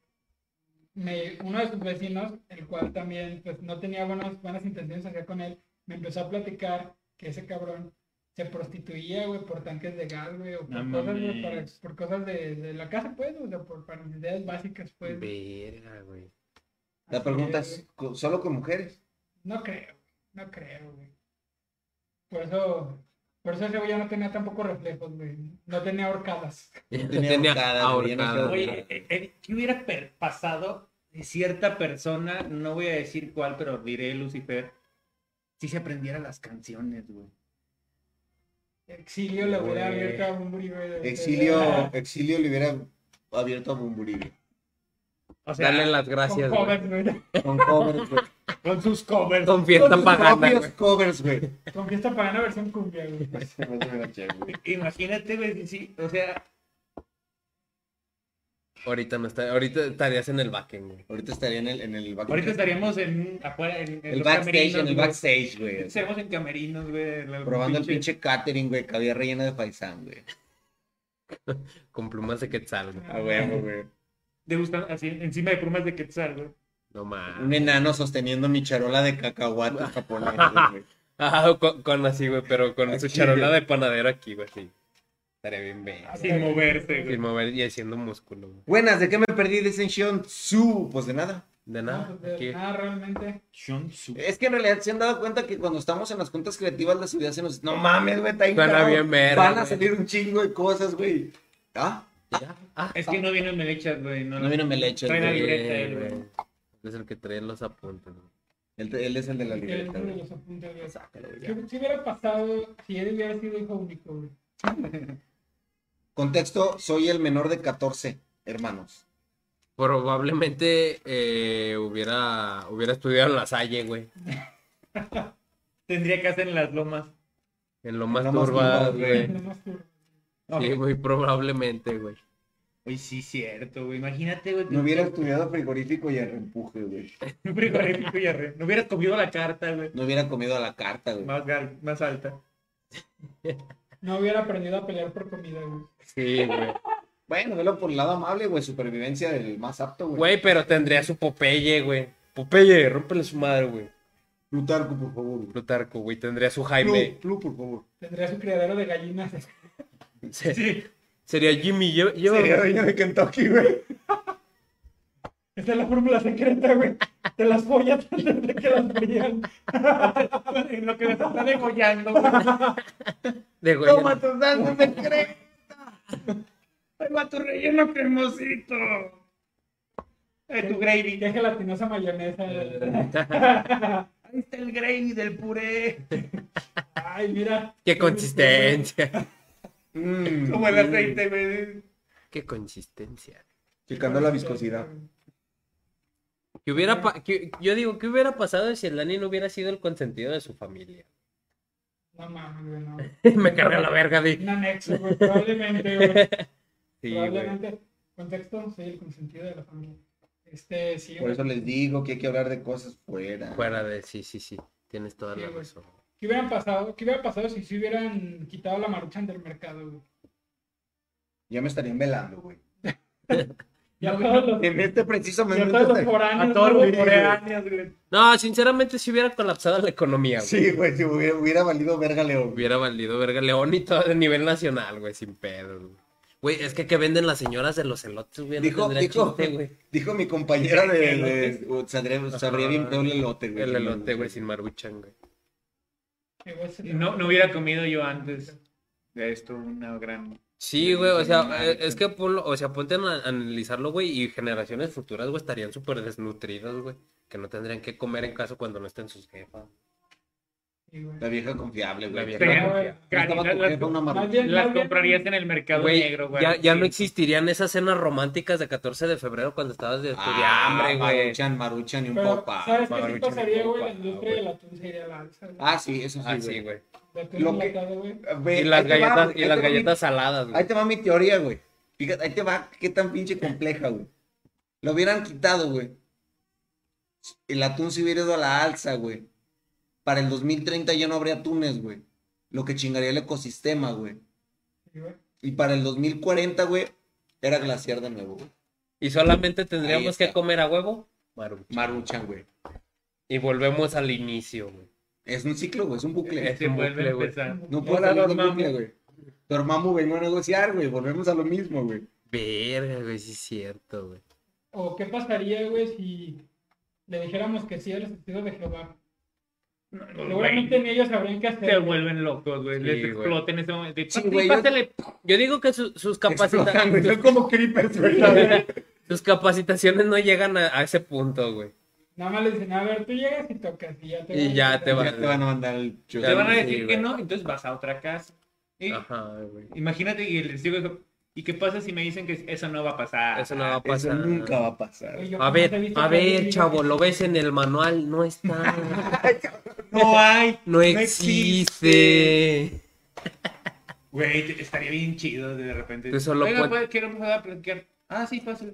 me, uno de sus vecinos, el cual también pues no tenía buenas, buenas intenciones hacia con él, me empezó a platicar que ese cabrón se prostituía, güey, por tanques de gas, güey, o por No cosas, güey, para- mames. por cosas de, de la casa, pues, o sea, por para necesidades básicas, pues. Verga, güey. La Así pregunta es, es, ¿co- ¿solo con mujeres? no creo, no creo, güey. Por eso, por eso ese güey ya no tenía tampoco reflejos, güey. No tenía horcadas. tenía ahorcadas, güey, ya no ahorcadas, sé. güey. Oye, eh, eh, ¿qué hubiera per- pasado si cierta persona, no voy a decir cuál, pero diré Lucifer, si se aprendiera las canciones, güey? Exilio le hubiera Güey. abierto a un güey. de- Exilio, Exilio le hubiera abierto a Bumburibi. O sea, Dale las Con gracias, güey. covers, güey. Con covers, güey. con sus covers. Con fiesta Con sus pagana, propios güey. covers, güey. Con fiesta pagana versión cumbia, güey. Imagínate, güey, sí, o sea, Ahorita no está, ahorita estarías en el backend, güey. Ahorita estaría en el, en el back- ahorita estaríamos en afuera en, en el los backstage, camerinos, en el güey. backstage, güey. Estaríamos en camerinos, güey. la- Probando el pinche catering, güey, que había rellena de paisán, güey. Con plumas de quetzal, güey. A huevo, güey. Degustan así, encima de plumas de quetzal, güey. No Un mames. enano sosteniendo mi charola de cacahuate japonés, güey. Ah, con, con así, güey, pero con su Aquí, charola güey. de panadero aquí, güey, sí. Estaría bien bello. Sin moverse, güey. Sin mover y haciendo músculo, güey. Buenas, ¿de qué me perdí de Senshion Tzu? Pues de nada. De No, nada, pues, de aquí. nada, realmente. Shun Tzu. Es que en realidad se han dado cuenta que cuando estamos en las juntas creativas las ideas se nos... No mames, güey, está bien Suena cagado. bien verga, Van a güey. salir un chingo de cosas, güey. ¿Ah? Ya. Ah, Es que no vienen melechas, güey. No, No vino Melechas, Trae la güey. libreta, bien, él, güey. güey. Es el que trae los apuntes, güey. Él, él es el de la Que es libreta, uno de güey. los apuntes, güey. Sácalo, ¿Qué, ya. qué hubiera pasado si él hubiera sido hijo único, güey? Contexto, soy el menor de catorce hermanos. Probablemente eh, hubiera, hubiera estudiado en la Salle, güey. Tendría casa en las lomas. En lo más En lo más turbas, turbas, güey. Nomás tú. Sí, muy probablemente, güey. Uy, sí, cierto, güey. Imagínate, güey. No hubiera estudiado frigorífico y empuje, güey. Un frigorífico y arre. No hubieras comido la carta, güey. No hubiera comido a la carta, güey. Más, gar- más alta. No hubiera aprendido a pelear por comida, güey. Sí, güey. Bueno, velo por el lado amable, güey. Supervivencia del más apto, güey. Güey, pero tendría su Popeye, güey. Popeye, rómpele su madre, güey. Plutarco, por favor. Plutarco, güey. Tendría su Jaime. Plu, Plu, por favor. Tendría su criadero de gallinas. Se- Sí. Sería Jimmy. Lleva, lleva- Sería dueño de Kentucky, güey. Esa es la fórmula secreta, güey. Te las follas antes de que las frían. En lo que les está degollando, güey. de güey. Toma tus danzas secretas. Ahí va tu relleno cremosito. Eh, tu gravy. Qué gelatinosa mayonesa. Ahí está el gravy del puré. Ay, mira. Qué consistencia. Mm, Como el aceite, güey. Qué consistencia. Checando la viscosidad. Que hubiera pa- que- yo digo, ¿qué hubiera pasado si el Dani no hubiera sido el consentido de su familia? No mames, güey, no. Me carga la verga de. Un anexo, güey. Probablemente, güey. Sí, güey. Probablemente. Contexto, soy el consentido de la familia. Este, sí, Por güey. eso les digo que hay que hablar de cosas fuera. Fuera de. Sí, sí, sí. Tienes toda Sí, la güey. razón. ¿Qué hubieran pasado? ¿Qué hubiera pasado si se hubieran quitado la maruchan del mercado, güey? Ya me estarían velando, güey. Y a todos los, En este preciso y a momento. todos los foráneos, A todos los güey. foráneos, güey. No, sinceramente si hubiera colapsado la economía, güey. Sí, güey, si hubiera, hubiera valido verga León. Hubiera valido verga León y todo a nivel nacional, güey, sin pedo, güey. Güey, es que que venden las señoras de los elotes, güey, no Dijo, tendría dijo, chiste, güey. dijo mi compañera de... de uh, sabría, sabría bien feo el elote, güey. El elote, güey, sin maruchan, güey. Que, güey, se Y no, no hubiera comido yo antes de esto una gran... Sí, güey, o sea, eh, es que ponlo, o sea, ponte a ana- analizarlo, güey, y generaciones futuras, güey, estarían súper desnutridas, güey, que no tendrían que comer en caso cuando no estén sus jefas. Sí, güey. La vieja confiable, güey. La vieja Pero, güey, No estaba las, tu las- jefa una Más marucha. bien- las más bien- comprarías en el mercado Güey, negro, güey. ya, ya no Sí. existirían esas cenas románticas de catorce de febrero cuando estabas de Ah, estudiambre, güey. maruchan, maruchan y un Pero, popa. ¿sabes qué sí Maruchan, pasaría, güey? La popa, industria güey. del atún se iría a la alza, güey. Ah, sí, eso sí, Ah, güey. sí, güey. De atún lo que- enlatado, güey. Ve, Y las ahí te va, galletas, güey, y ahí las te va mi- galletas saladas, güey. Ahí te va mi teoría, güey. Fíjate, ahí te va, qué tan pinche compleja, güey. Lo hubieran quitado, güey. El atún se hubiera ido a la alza, güey. Para el dos mil treinta ya no habría atunes, güey. Lo que chingaría el ecosistema, güey. Sí, güey. Y para el dos mil cuarenta, güey, era glaciar de nuevo, güey. Y solamente Ahí tendríamos está. que comer a huevo, maruchan. Maruchan, güey. Y volvemos al inicio, güey. Es un ciclo, güey, es un bucle. Es Se un vuelve bucle, a güey. empezar. No puedo Ahora salir del dormamos. bucle, güey. Dormamos, vengo a negociar, güey. Volvemos a lo mismo, güey. Verga, güey, sí es cierto, güey. O qué pasaría, güey, si le dijéramos que sí a los testigos de Jehová. Seguramente Güey, ni ellos sabrían qué hacer. se güey. vuelven locos, güey. Sí, Les güey. explota en ese momento. Sí, Papi, güey, yo- pásale. Yo digo que su- sus, Explotan, güey. capacita- Son como creepers, güey. sus capacitaciones no llegan a, a ese punto, güey. Nada más les dicen, a ver, tú llegas y tocas y ya te Y van a ya decir, te va- Ya te van a mandar el chulo. Te van a Sí, decir güey. que no, entonces vas a otra casa. Y Ajá, güey. imagínate, y les digo, ¿y qué pasa si me dicen que eso no va a pasar? Eso no va a Eso pasar. nunca va a pasar. "Oye, yo A jamás ver, he visto a que alguien ver, diga chavo, que lo sí". ves en el manual, no está. No hay. No existe. Güey, te- estaría bien chido de repente. Tú solo Oiga, pon- pues, quiero empezar a platicar. Ah, sí, fácil.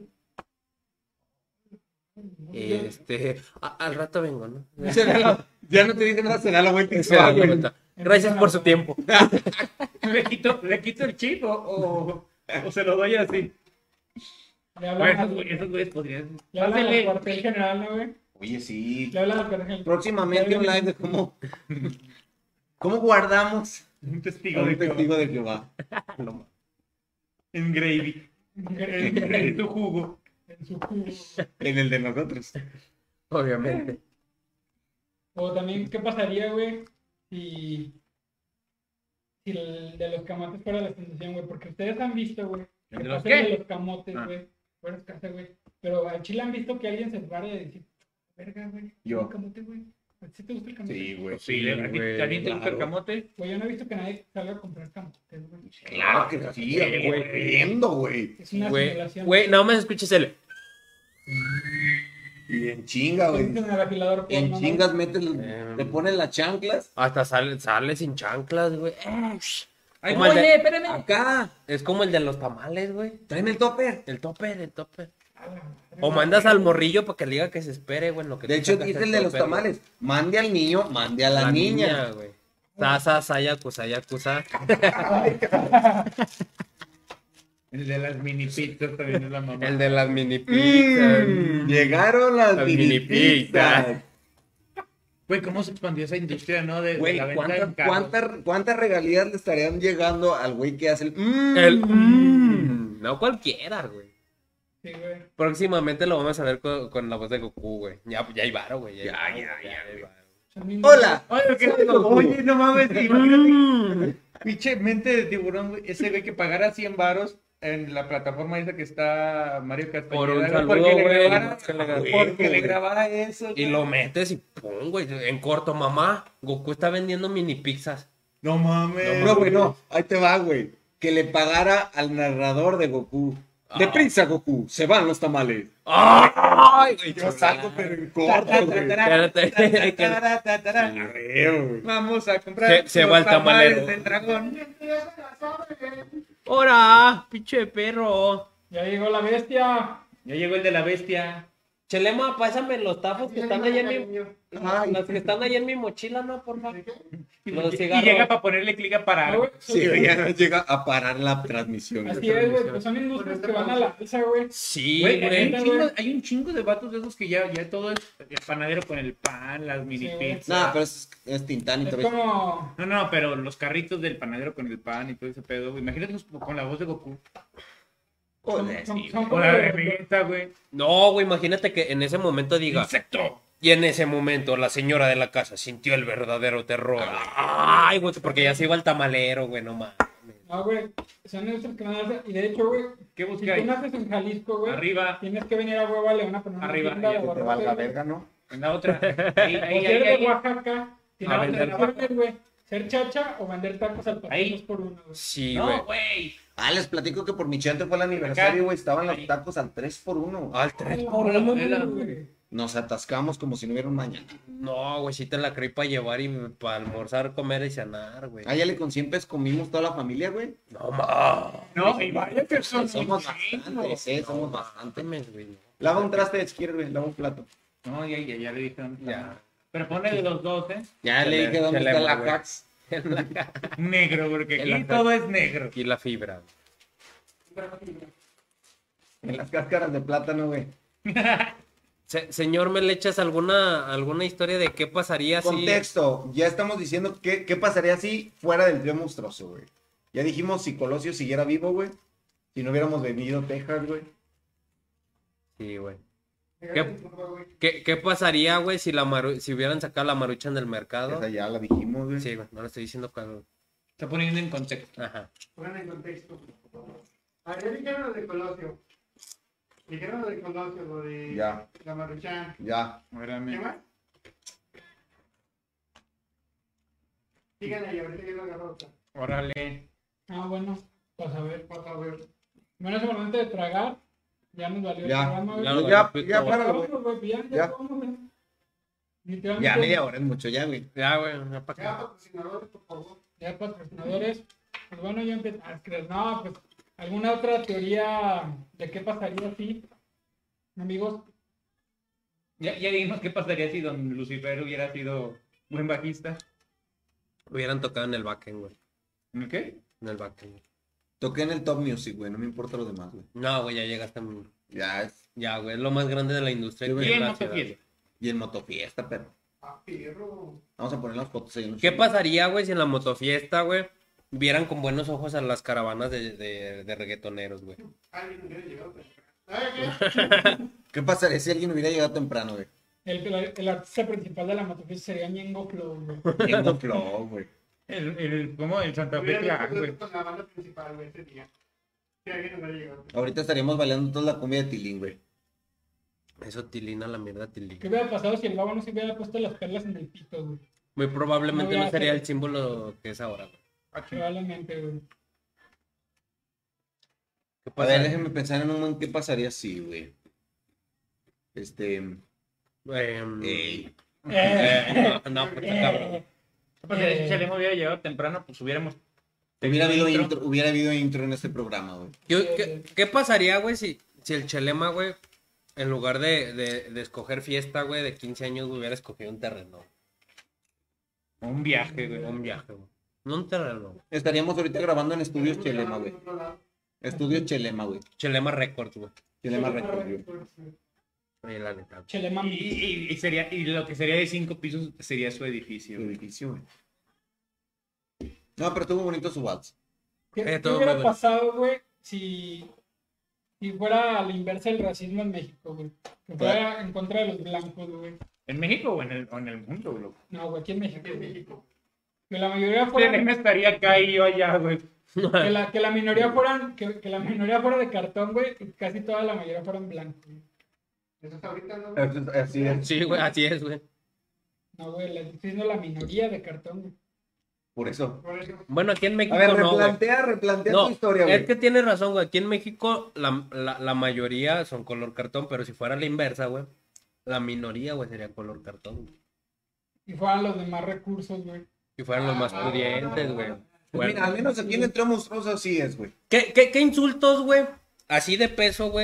Este, a- al rato vengo, ¿no? Se da la- Ya no te dicen nada, se da la vuelta y se Se da va, la güey. vuelta. Gracias por su tiempo. ¿Le quito, le quito el chip o, o, o se lo doy así? Le Güey, hablan esos al- güey- esos güeyes podrían. le hablan al Pásale. cuartel general, ¿no, güey? Oye, sí. Le hablan al cuartel general. Próximamente un live de cómo, cómo guardamos Un a testigo un de Jehová. testigo de Jehová. En gravy. En, en tu jugo. En su jugo. En el de nosotros. Obviamente. O también, ¿qué pasaría, güey, si, si el de los camotes fuera la sensación, güey? Porque ustedes han visto, güey, que ¿El de los pasa el qué? de los camotes, Ah. güey. Fuera de casa, güey. Pero al chile han visto que alguien se pare y decir, verga, güey. Yo. ¿el camote, güey? ¿A ti sí te gusta el camote? Sí, güey. Sí, Sí, ¿a ti- güey, ¿a ti te gusta el claro. camote? Güey, yo no he visto que nadie salga a comprar camotes, güey. Claro que sí, güey. Viendo, güey. Es una Güey, simulación. güey, nada más escuches el. Y en chinga, güey. Es un afilador En porno, chingas metes, Em. le pones las chanclas. Hasta sale, sale sin chanclas, güey. Eh, shh. Ay, Como el de- oye, espérame. Acá. Es como el de los tamales, güey. Tráeme el topper. El topper, el topper. ¿no? A la madre, O mandas al morrillo para que le diga que se espere, güey, en lo que De tú hecho, sacas dice el de los topper, güey. tamales. Mande al niño, mande a la, niña. güey. Sasa, sayakusa, yakuza. El de las mini pizzas también es la mamá. El de las mini pizzas. Mm, llegaron las, Las mini mini pizzas. pizzas. Güey, ¿cómo se expandió esa industria, no? De, de Güey, la venta ¿cuántas, en carros. cuántas, ¿cuántas regalías le estarían llegando al güey que hace el... mm? El. mm, no cualquiera, güey. Sí, güey. Próximamente lo vamos a ver con, con la voz de Goku, güey. Ya, ya hay varo, güey. Ya, hay ya, varo, ya, hay güey. varo. Son mismos- Hola. Oye, ¿qué? Soy Goku. Oye, no mames, imagínate. Mm. Pinche mente de tiburón, güey. Ese güey que pagara cien varos en la plataforma esa que está Mario Castañeda. Por un güey, saludo, porque le güey, grabara, que le grabara. porque le güey. grabara eso. Y lo metes y pum, güey. En corto, mamá. Goku está vendiendo mini pizzas. No mames. No, güey, no. Ahí te va, güey. Que le pagara al narrador de Goku. Deprisa, Goku. Se van los tamales. ¡Ay, güey! Yo salgo, pero en corto, Ta, ta, güey. ta, ta, Espérate. ta, ta, ta, ta, ta, ta. Arreo, güey. Vamos a comprar Se- se los va el tamales tamalero. del dragón. ¡Hora! ¡Pinche perro! Ya llegó la bestia. Ya llegó el de la bestia. Chelema, pásame los tafos que están allá en mi... Ay. Los que están allá en mi mochila, ¿no? Por favor. Los Y cigarros. llega para ponerle clic a parar. Ah, güey, Sí, güey, ya nos llega a parar la transmisión. Así es, güey, pues son industrias que van a la alza, güey. Sí, Güey, hay, un güey. chingo, hay un chingo de vatos de esos que ya, ya todo es el panadero con el pan, las mini Sí, güey. pizzas. Nah, pero es, es Tintán y Es te ves. como... No, no, pero los carritos del panadero con el pan y todo ese pedo, güey. Imagínate con la voz de Goku. Joder, son- sí, son O como la de- de Vegeta, güey. No, güey, imagínate que en ese momento diga... ¡Insecto! Y en ese momento la señora de la casa sintió el verdadero terror. Ay, güey, porque ya se iba al tamalero, güey, no mames. No, güey, son industrias que van a la alza. Y de hecho, güey, ¿Qué si buscáis? tú naces en Jalisco, güey, Arriba, tienes que venir a Huevo a León a poner una Arriba, tienda ya de Que te abarrotes, valga güey. verga, ¿no? en la otra. Ahí, O ahí, ser ahí, de ahí. Oaxaca, tiene A otra vender opción, güey. Ser chacha o vender tacos al pastor Ahí. dos por uno, güey. Sí, güey. No, güey. Ah, les platico que por mi chante fue el aniversario, güey. Estaban los Ahí. tacos al tres por uno. Al tres Ah, por la uno, madre, güey. güey. Nos atascamos como si no hubiera un mañana. No, güey, sí te la creí para llevar y para almorzar, comer y cenar, güey. Ah, ya le con cien pesos comimos toda la familia, güey. No mames. No, y vaya que son Somos un chingo. bastantes, eh, somos bastantes. Mames, güey. no. Lava un traste si quieres, güey. Lava un plato. No, ya, ya, ya le dije dónde está. Ya. Pero ponle de los dos, ¿eh? Ya le Chele- dije dónde está chelema, la güey. Cax. Negro, porque En la aquí ca- todo es negro. Aquí la fibra. En las cáscaras de plátano, güey. Se- señor, ¿me le echas alguna, alguna historia de qué pasaría si... Contexto. Ya estamos diciendo qué, qué pasaría si fuera del trío monstruoso, güey. Ya dijimos si Colosio siguiera vivo, güey. Si no hubiéramos venido a Texas, güey. Sí, güey. ¿Qué, qué, qué pasaría, güey, si, la maru- si hubieran sacado la maruchan del mercado? Esa ya la dijimos, güey. Sí, güey, no le estoy diciendo cuál. Está poniendo en contexto. Ajá. Pongan en contexto. Ah, ya dijeron lo de Colosio. Dijeron lo de Colosio, lo de Ya. la Maruchan. Ya. ¿Qué Espérame. más? Díganle, y ahorita que lo agarró otra. Órale. Ah, bueno, para saber, para saber. Bueno, es el momento de tragar. Ya nos valió Ya. el programa, güey. Ya Ya, lo ya, repito, ya, güey. páralo, güey. Vamos, güey, ya, ya, Ya. vamos, güey. Literalmente, Ya media hora es mucho, ya, güey. Ya, güey, ya para Ya, acá. patrocinadores, por favor. Ya, patrocinadores. Pues bueno, yo empecé. Ah, crees, no, pues, ¿alguna otra teoría de qué pasaría si, amigos? Ya, ya dijimos qué pasaría si don Lucifer hubiera sido buen bajista. Hubieran tocado en el backend, güey. ¿En qué? En el backend. güey. Toqué en el Top Music, güey. No me importa lo demás, güey. No, güey, ya llegaste. en- Ya es. Ya, güey, es lo más grande de la industria. Sí, aquí güey. en ¿Quién la no te ciudad, fiel? Y en motofiesta, pero. Ah, perro. Vamos a poner las fotos ahí en los ¿Qué pasaría, güey, si en la motofiesta, güey, vieran con buenos ojos a las caravanas de, de, de reggaetoneros, güey? Alguien hubiera llegado. ¿Sabes qué? ¿Qué pasaría si alguien hubiera llegado temprano, güey? El, el, el artista principal de la motofiesta sería Ñengo Flow, güey. Tengo flow, güey. El, el, ¿cómo? El Santa Fe Hubiera Clan, llegado güey. con la banda principal, güey, ese día. Si alguien hubiera llegado. Ahorita estaríamos bailando toda la cumbia de Tilín, güey. Eso tilina la mierda, tilina. ¿Qué hubiera pasado si el babo no se hubiera puesto las perlas en el pito, güey? Muy probablemente No voy a no sería hacer- el símbolo que es ahora, güey. Probablemente, güey. ¿Qué A pasa? ver, déjenme pensar en un momento qué pasaría si, güey. Este. Em, Ey. Eh, eh, no, no, pues, está cabrón. ¿Qué pasaría si Chelema hubiera llegado temprano? Pues hubiéramos... Hubiera tenido habido, intro. intro, hubiera habido intro en este programa, güey. Yo- ¿qué, qué pasaría, güey, si, si el Chelema, güey, en lugar de, de, de escoger fiesta, güey, de quince años, güey, hubiera escogido un terreno? Un viaje, güey. Un viaje, güey. No un terreno, güey. Estaríamos ahorita grabando en Estudios Chelema, güey. Estudios Chelema, güey. Chelema Records, güey. Chelema Records, güey. Oye, la neta. Y, Chelemam. y- y sería, y lo que sería de cinco pisos sería su edificio. Su güey. edificio, güey. No, pero estuvo bonito su vals. ¿Qué, Eh, qué todo hubiera muy bueno. pasado, güey, si, si fuera a la inversa el racismo en México, güey? Que fuera en contra de los blancos, güey. ¿En México o en el, o en el mundo, güey? No, güey, aquí en México. En México. Que la mayoría fuera, Chelema estaría acá y yo allá, güey. que la, que la minoría fueran, que, que la minoría fuera de cartón, güey, y casi toda la mayoría fueran blancos, güey. Eso es ahorita, ¿no? Eso es- Así es. Sí, güey, así es, güey. No, güey, la, estoy diciendo la minoría de cartón, güey. Por eso. Bueno, aquí en México A ver, no, güey. replantea, replantea No, tu historia, güey. es que tienes razón, güey. Aquí en México la, la, la mayoría son color cartón, pero si fuera la inversa, güey, la minoría, güey, sería color cartón. güey. Y fueran los demás recursos, güey. Si fueran los más pudientes, güey. Pues Bueno. mira, al menos aquí en el trío monstruoso así es, güey. ¿Qué, qué, qué insultos, güey? Así de peso, güey,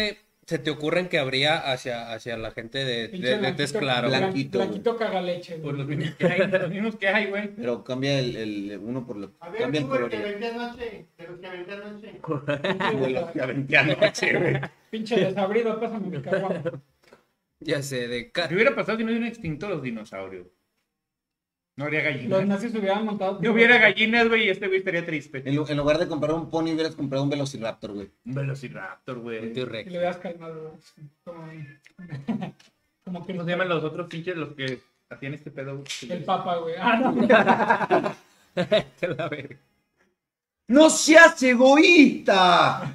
se te ocurren que habría hacia, hacia la gente de, Pinche de, de tez blanquito- claro? blan- Blanquito, güey. Blanquito cagaleche, Por los güey. mismos que hay, los mismos que hay, güey. Pero cambia el, el uno por lo. A ver, Cambia el tú, el color. que ya. vendí anoche, de los que vendí anoche. De los que aventé anoche, güey. Pinche desabrido, pásame mi caguama. Ya sé, de... ca- ¿Qué hubiera pasado si no hubieran extinto los dinosaurios? No habría Los gallinas. nazis hubieran montado. No hubiera gallinas, güey, y este güey estaría triste. En, lu- en lugar de comprar un pony, hubieras comprado un velociraptor, güey. Un velociraptor, güey. un Y T-Rex. le hubieras calmado. Como, como que ¿Cómo se llaman los otros pinches los que hacían este pedo? güey? El papa, güey. Ah, no. Te la verga. ¡No seas egoísta!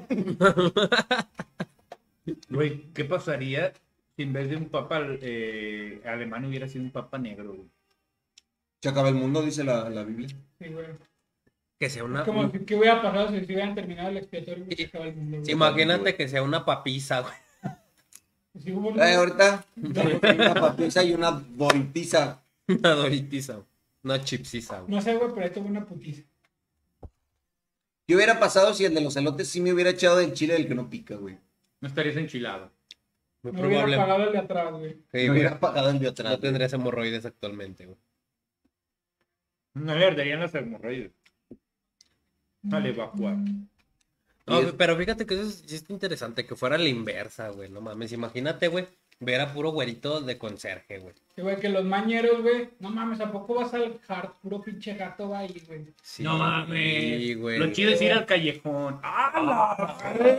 Güey, ¿qué pasaría si en vez de un papa eh, alemán hubiera sido un papa negro, güey? Se acaba el mundo, dice la, la Biblia. Sí, güey. Que sea una... Como, que- ¿qué hubiera pasado si se hubieran terminado el expiatorio y se acaba el mundo, güey? Imagínate que sea una papiza, güey. Si hubo un- Eh, ahorita, una papisa y una doritiza. Una doritiza, güey. Una chipsiza, güey. No sé, güey, pero esto fue una putiza. ¿Qué hubiera pasado si el de los elotes sí me hubiera echado del chile del que no pica, güey? No estarías enchilado. Muy Me hubiera probable. pagado el de atrás, güey. Sí, Me güey. hubiera pagado el de atrás. No tendrías hemorroides actualmente, güey. No le arderían las hemorroides. Al evacuar. No, Y es- pero fíjate que eso es, sí está interesante, que fuera la inversa, güey. No mames, imagínate, güey, ver a puro güerito de conserje, güey. Sí, güey, que los mañeros, güey. No mames, ¿a poco vas al hard? Puro pinche gato va ahí, güey. Sí, No mames. Sí, güey. Lo chido es ir al callejón. ¡Ah,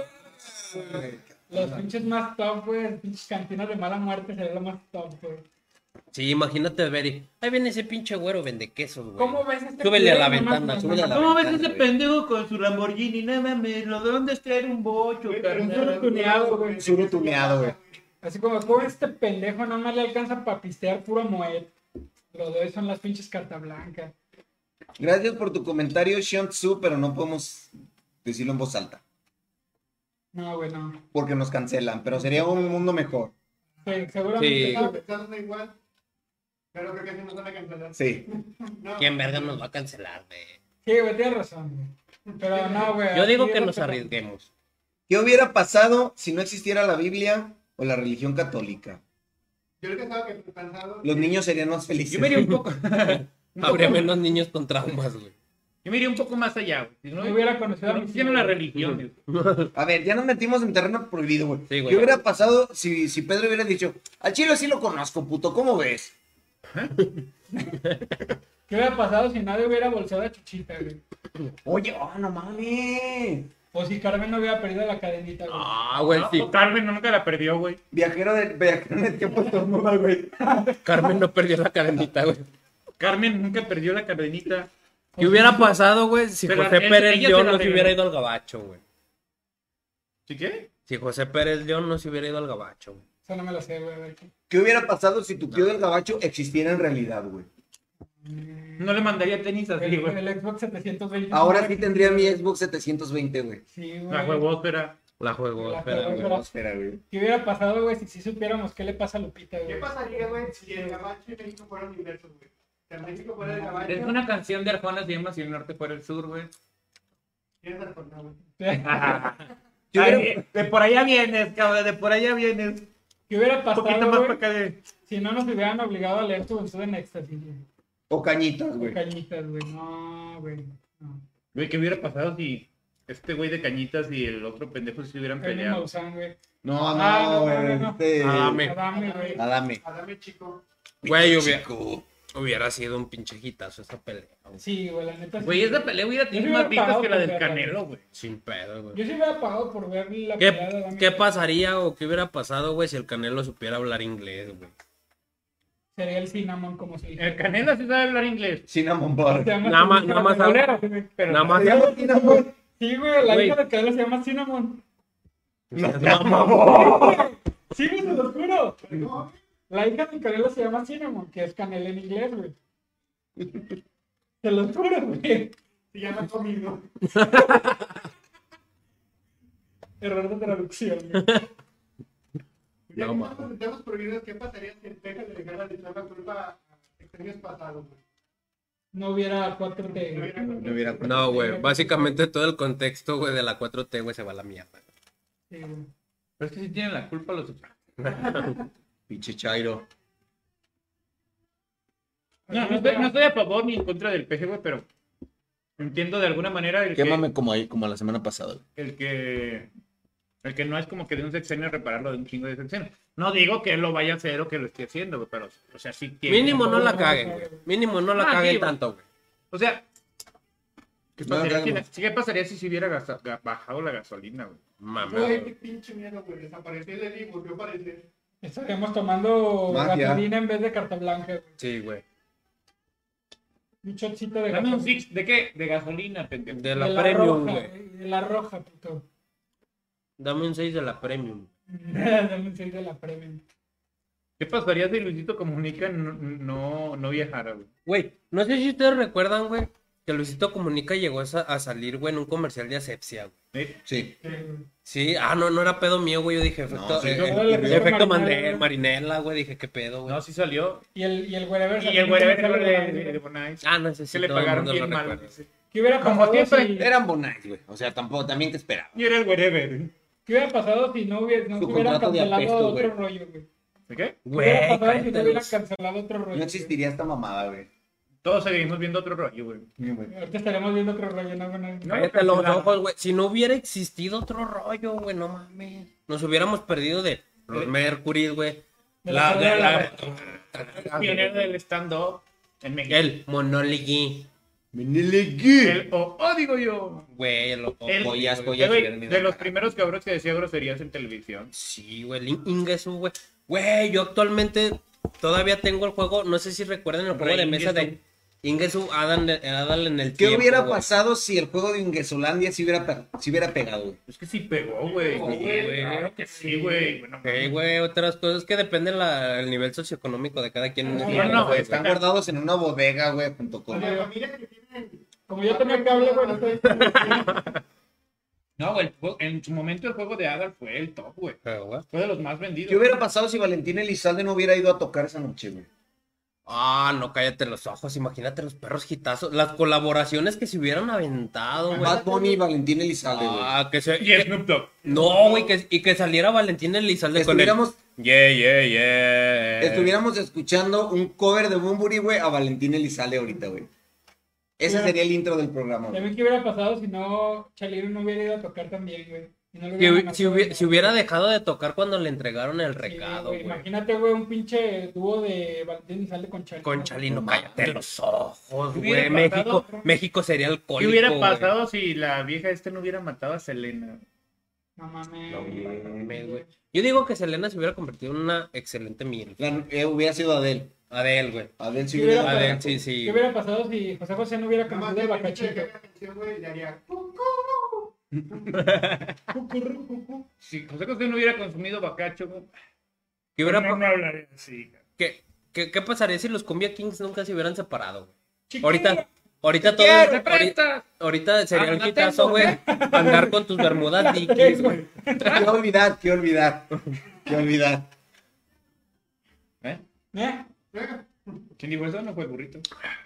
Los pinches más top, güey. Pinches cantinas de mala muerte sería lo más top, güey. Sí, imagínate ver y... Ahí viene ese pinche güero, vende quesos, güey. ¿Cómo ves este Súbele a la culero? ventana, Nomás- súbele a la ¿Cómo ves ventana, ese güey. pendejo con su Lamborghini? No mames, lo de dónde es traer un bocho, Güey, pero carnal? solo tuneado, güey. Suro tuneado, güey. Así como, ¿cómo este pendejo no más le alcanza para pistear puro Moet? Los dos son las pinches carta blanca. Gracias por tu comentario, Sean Tzu, pero no podemos decirlo en voz alta. No, güey, no. Porque nos cancelan, pero sería un mundo mejor. Sí, seguramente. Sí. Estaba pensando igual. Pero creo que sí nos van a cancelar. Sí. No, ¿Quién verga nos va a cancelar, güey? Sí, güey, tienes razón, güey. Pero no, güey. Yo digo aquí que es nos lo arriesguemos. ¿Qué hubiera pasado si no existiera la Biblia o la religión católica? Yo lo que estaba que- pensando. Los niños serían más felices. Yo me iría un poco. un Habría poco- menos niños con traumas, güey. Yo me iría un poco más allá, güey. Si no, No hubiera conocido a no mis existiera hijos. la religión, güey. A ver, ya nos metimos en terreno prohibido, güey. Sí, güey. ¿Qué hubiera pasado si, si Pedro hubiera dicho, al chile sí lo conozco, puto, ¿cómo ves? ¿Qué hubiera pasado si nadie hubiera bolseado a Chuchita, güey? Oye, oh, no mames. O si Carmen no hubiera perdido la cadenita, güey. Ah, güey, sí. No, Carmen nunca la perdió, güey. Viajero de, viajero en el tiempo estornuda, güey. Carmen no perdió la cadenita, güey. Carmen nunca perdió la cadenita. ¿Qué hubiera pasado, güey, si Pero José él- Pérez ella León se la no se regaló. hubiera ido al gabacho, güey? ¿Sí qué? Si José Pérez León no se hubiera ido al gabacho, güey. Eso no me lo sé, güey. A ver qué. ¿Qué hubiera pasado si tu tío del gabacho existiera en realidad, güey? No le mandaría tenis así, El, güey. el Xbox setecientos veinte. Ahora sí tendría mi Xbox setecientos veinte, güey. Sí, güey. La huevósfera. La juego, La espera, juego, güey. espera. Espera, güey. ¿Qué hubiera pasado, güey, si sí supiéramos qué le pasa a Lupita, ¿Qué güey? pasaría, güey, si el Gabacho y México fueran inversos, güey? Si el México fuera el Gabacho. Es una canción de Arjona, se llama Si el norte fuera el sur, güey. ¿Quién es Arjona, güey? ¿Qué hubiera- Ay, de por allá vienes, cabrón, de por allá vienes. ¿Qué hubiera Un pasado, poquito más güey, para acá de... si no nos hubieran obligado a leer Juventud en Éxtasis, güey? O cañitas, güey. Cañitas, güey. No, güey. No. Güey, ¿qué hubiera pasado si este güey de cañitas y el otro pendejo se hubieran Jaime peleado? Maussan, güey. No, Ah, no, no, no, güey. no. este- Adame. Adame, güey. Adame. Adame, chico. Güey, hubiera, hubiera sido un pinche hitazo esa pelea, güey. Sí, güey, la neta. sí. Güey, esa pelea hubiera Yo tenido hubiera más vistas pagado que la por del verla, Canelo, güey. Sin pedo, güey. Yo sí hubiera pagado por ver la pelea de ¿Qué, Adame. ¿Qué pasaría o qué hubiera pasado, güey, si el Canelo supiera hablar inglés, güey? Sería el Cinnamon, como se dice. El Canelo sí sabe hablar inglés. Cinnamon Bar. Se llama Nada más- Cinnamon. nada más Culero, habla- güey. Pero Nada más. Se llama Cinnamon. Sí, güey, la Güey. hija de Canelo se llama Cinnamon. No seas mamón. Sí, güey, te lo juro. La hija de Canelo se llama Cinnamon, que es canela en inglés, güey. Te lo juro, güey. Se llama conmigo. Error de traducción, güey. Ya No, que mames. estamos en temas prohibidos, ¿qué pasaría si el Texas le dejara de echar la culpa a extraños pasados, güey? No hubiera cuatro T. No güey. hubiera- No hubiera- No, güey. Básicamente todo el contexto, güey, de la cuatro T, güey, se va a la mierda. Sí, güey. Pero es que sí tienen la culpa los... Pinche Chairo. No, no estoy, no estoy a favor ni en contra del P G, güey, pero entiendo de alguna manera el Quémame que, como ahí, como la semana pasada. güey. el que el que no es como que de un sexenio repararlo de un chingo de sexenio. No digo que él lo vaya a hacer o que lo esté haciendo, güey, pero, o sea, sí tiene. Mínimo no la caguen, güey. Mínimo no la Ah, caguen sí, güey. tanto, güey. O sea, ¿qué No, pasaría, claro. si, ¿qué pasaría si se hubiera gasa- ga- bajado la gasolina, güey? Mamá, Güey, qué güey. pinche miedo, güey. Desapareció de ahí, volvió a aparecer. Estaríamos tomando Magia. gasolina en vez de carta blanca, güey. Sí, güey. Un shotcito de Dame un gasolina. six, ¿de qué? De gasolina, pendejo. De la De la premium, roja, güey. De la roja, puto. Dame un seis de la premium. Dame un seis de la premium. ¿Qué pasaría si Luisito Comunica no, no, no viajara, güey? Güey, no sé si ustedes recuerdan, güey, que Luisito Comunica llegó a, sa- a salir, güey, en un comercial de asepsia, güey. ¿Sí? Sí. Eh, Sí, ah, no, no era pedo mío, güey. Yo dije, efecto, sí, eh, no, eh, le efecto pegó Mandela, Marinela, Marinela, güey. Dije, qué pedo, güey. No, sí salió. Y el, y el wherever. Y salió el en güey un de, comercial de, de- de, de Bonais. Ah, no sé si Que le todo el pagaron mundo lo bien mal. recuerda. dice. ¿Qué hubiera Como pasado siempre, si, Eran bonais, güey. O sea, tampoco, también te esperaba. Y era el wherever. ¿Qué hubiera pasado si no hubiera, no Su se hubieran contrato de cancelado apesto, otro güey. rollo, güey? ¿De qué? ¿Qué hubiera Güey, pasado si no cállate hubieran los- cancelado otro rollo? No güey? existiría esta mamada, güey. Todos seguimos viendo otro rollo, güey. Ahorita estaremos viendo otro rollo, no, bueno, No, Cállate los cancelado. ojos, güey. Si no hubiera existido otro rollo, güey, no mames. Nos hubiéramos perdido de los Mercury, güey. De La, la- de de la, Pionero del stand-up en México. el monólogo. El o, oh, digo yo. Güey, el o- El- Joyas, güey. joyas. Eh, güey, hubieran ido de a los cagar. primeros cabrones que decía groserías en televisión. Sí, güey, el In- Ingesu, güey. Güey, yo actualmente todavía tengo el juego, no sé si recuerdan el juego Rey de mesa Ingesu. de Ingesu Adam, Adam en el ¿Qué tiempo, hubiera güey. pasado si el juego de Ingesolandia se hubiera, pe- se hubiera pegado, güey? Es que sí pegó, güey. Sí, güey. Claro que sí, güey. Bueno, Ok, güey, otras cosas que depende la- el nivel socioeconómico de cada quien. No, Sí, no, no, güey, Están güey. guardados en una bodega, güey, junto con... Las familias que tienen. Como yo tenía cable, güey, no sé. No, güey, el juego- en su momento el juego de Adal fue el top, güey. Pero, güey. Fue de los más vendidos. ¿Qué hubiera pasado si Valentín Elizalde no hubiera ido a tocar esa noche, güey? Ah, no, cállate los ojos, imagínate los perros gitazos, las colaboraciones que se hubieran aventado, güey. Bad Bunny y Valentín Elizalde, güey. Ah, que se... Y Snoop Dogg. No, güey, que, y que saliera Valentín Elizalde con el... Estuviéramos, Yeah, yeah, yeah. estuviéramos escuchando un cover de Bunbury, güey, a Valentín Elizalde ahorita, güey. Ese Claro. sería el intro del programa, güey. También qué hubiera pasado si no Chaliro no hubiera ido a tocar también, güey. Y no lo Si, hubieran hubi- si anotado, hubi- güey. si hubiera dejado de tocar cuando le entregaron el Sí, recado, güey, güey. Imagínate, güey, un pinche dúo de Valentín y sale con Chalino. Con Chalino, No cállate mames. los ojos, ¿Qué hubiera güey. pasado? México, México sería ¿Qué alcohólico, hubiera güey. pasado si la vieja este no hubiera matado a Selena? No mames. No mames, güey. Yo digo que Selena se hubiera convertido en una excelente mil. La- eh, hubiera sido Adele. Adele, güey. Adele sí ¿Qué hubiera... hubiera Adele, pasado? sí, sí. ¿Qué hubiera pasado si José José no hubiera Nada más cantado que el el pinche bacachito? de la canción, güey, le haría. Cucurru, cucú. Si José José no hubiera consumido bacacho, güey, ¿Qué, hubiera no pa- me hablaría así. ¿Qué, qué, qué pasaría si los Cumbia Kings nunca se hubieran separado, güey? Chiquilla. Ahorita, ahorita todo... ¡Quiero, ahorita, presta! ahorita sería Ah, un la hitazo, tengo. güey. Andar con tus bermudas Dickies, güey. Qué olvidar, qué olvidar. Qué olvidar. ¿Eh? ¿Eh? ¿Quién dijo eso? No fue burrito.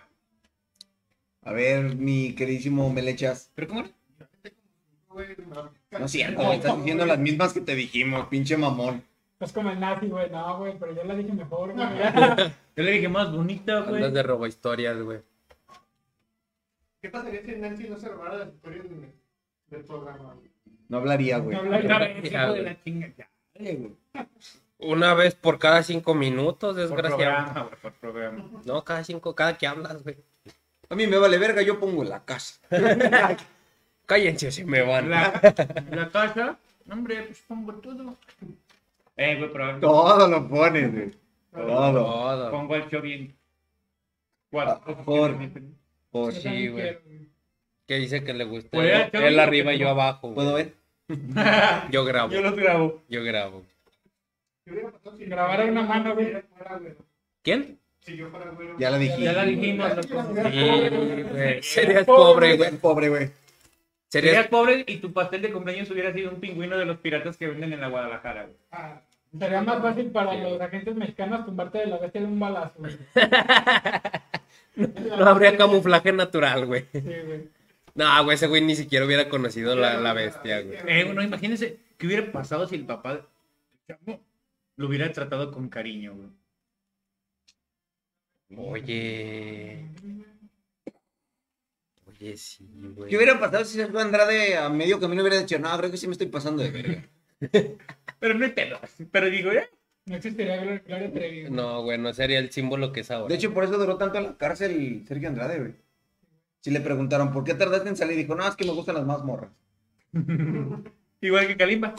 A ver, mi queridísimo Melechas. ¿Pero cómo era? No es cierto, güey, estás diciendo las mismas que te dijimos, pinche mamón. Es como el nazi, güey. No, güey, pero yo la dije mejor, güey. Yo le dije más bonita, güey. Andas de robo historias, güey. ¿Qué pasaría si Nancy no se robara las historias del, del programa? güey? No hablaría, güey. No hablaría. Otra vez, Ya, hijo de güey. la chinga. Ya, güey. Una vez por cada cinco minutos, Por desgraciado. programa, güey, por programa. No, cada cinco, cada que hablas, güey. A mí me vale verga, yo pongo la casa. Cállense si me van. La, la casa, hombre, pues pongo todo. Eh, güey, pero Todo lo pones, güey. Todo. Todo. pongo el show bien. Ah, Cuatro. por- Por... Yo Sí, también güey. quiero, güey. Que dice que le gusta. Pues, Él, yo él digo arriba que y yo no. abajo. güey. ¿Puedo ver? Yo grabo. Yo los grabo. Yo grabo. ¿Qué hubiera pasado si Grabar a una mano, güey. fuera güero? ¿Quién? Si yo fuera güero. Ya la dije. Ya la dijimos, loco. Sí, güey. Serías pobre, güey. Pobre, güey. Serías Serías. pobre y tu pastel de cumpleaños hubiera sido un pingüino de los piratas que venden en la Guadalajara, güey. Ah, sería más fácil para los agentes mexicanos tumbarte de la bestia de un balazo, güey. No habría camuflaje natural, güey. Sí, güey. No, güey, ese güey ni siquiera hubiera conocido la, la bestia, güey. Eh, bueno, imagínense, ¿qué hubiera pasado si el papá del chavo lo hubiera tratado con cariño, güey? Oye. Oye, sí, güey. ¿Qué hubiera pasado si Sergio Andrade a medio camino hubiera dicho, no, creo que sí me estoy pasando de verga? Pero no hay pedo. Pero digo, ¿eh? No existiría Gloria, Gloria Trevi. güey. No, güey, no sería el símbolo que es ahora. De hecho, por eso duró tanto en la cárcel Sergio Andrade, güey. Si le preguntaron, ¿por qué tardaste en salir? Dijo, no, es que me gustan las más morras. Igual que Kalimba.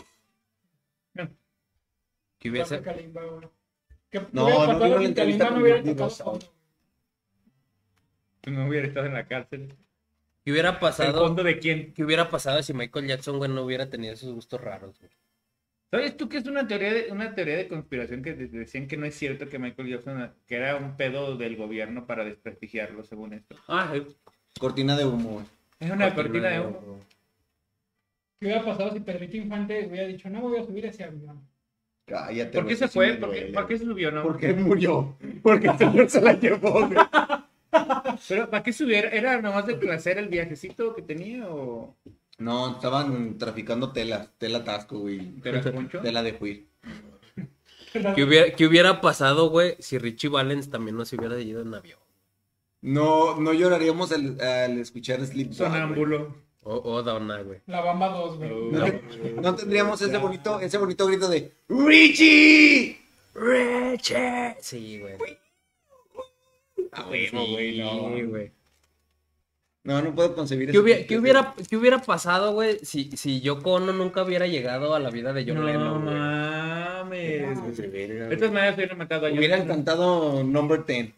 ¿Qué hubiese... Pasa Kalimba, güey. ¿Qué No, hubiera no pasado vino la si entrevista Kalimba no con hubiera Jordi tocado Rosado. fondo? No hubiera estado en la cárcel. ¿Qué hubiera ¿El pasado? fondo de quién? ¿Qué hubiera pasado si Michael Jackson, güey, no hubiera tenido esos gustos raros, güey? ¿Sabes tú que es una teoría de, una teoría de conspiración que de- decían que no es cierto que Michael Jackson, que era un pedo del gobierno para desprestigiarlo, según esto? Ah, Cortina de humo, güey. Es una cortina de humo. ¿Qué hubiera pasado si Pedrito Infante hubiera dicho, no me voy a subir a ese avión? Cállate. ¿Por qué güey, se eso sí fue? me ¿Por qué, duele. ¿Para qué se subió, no? Porque murió. Porque el señor se la llevó, güey. ¿Pero para qué subiera? ¿Era nomás de placer el viajecito que tenía o No, estaban traficando tela, tela tasco, güey. te la mucho? Tela de juir. ¿Qué hubiera, qué hubiera pasado, güey, si Richie Valens también no se hubiera ido en avión? No, no lloraríamos al, al escuchar Sleep. Sonámbulo. O, o Donna, güey. La Bamba dos, güey. No, no tendríamos ese bonito, ese bonito grito de ¡Richie! ¡Richie! Sí, güey. Ah, huevo, güey, no. Sí, güey. No, no puedo concebir ¿Qué eso. hubiera, qué hubiera, qué hubiera pasado, güey, si, si Yoko Ono nunca hubiera llegado a la vida de John No Lennon, güey? mames. De verga, De güey. todas maneras hubieran matado a Hubieran John. cantado Number ten.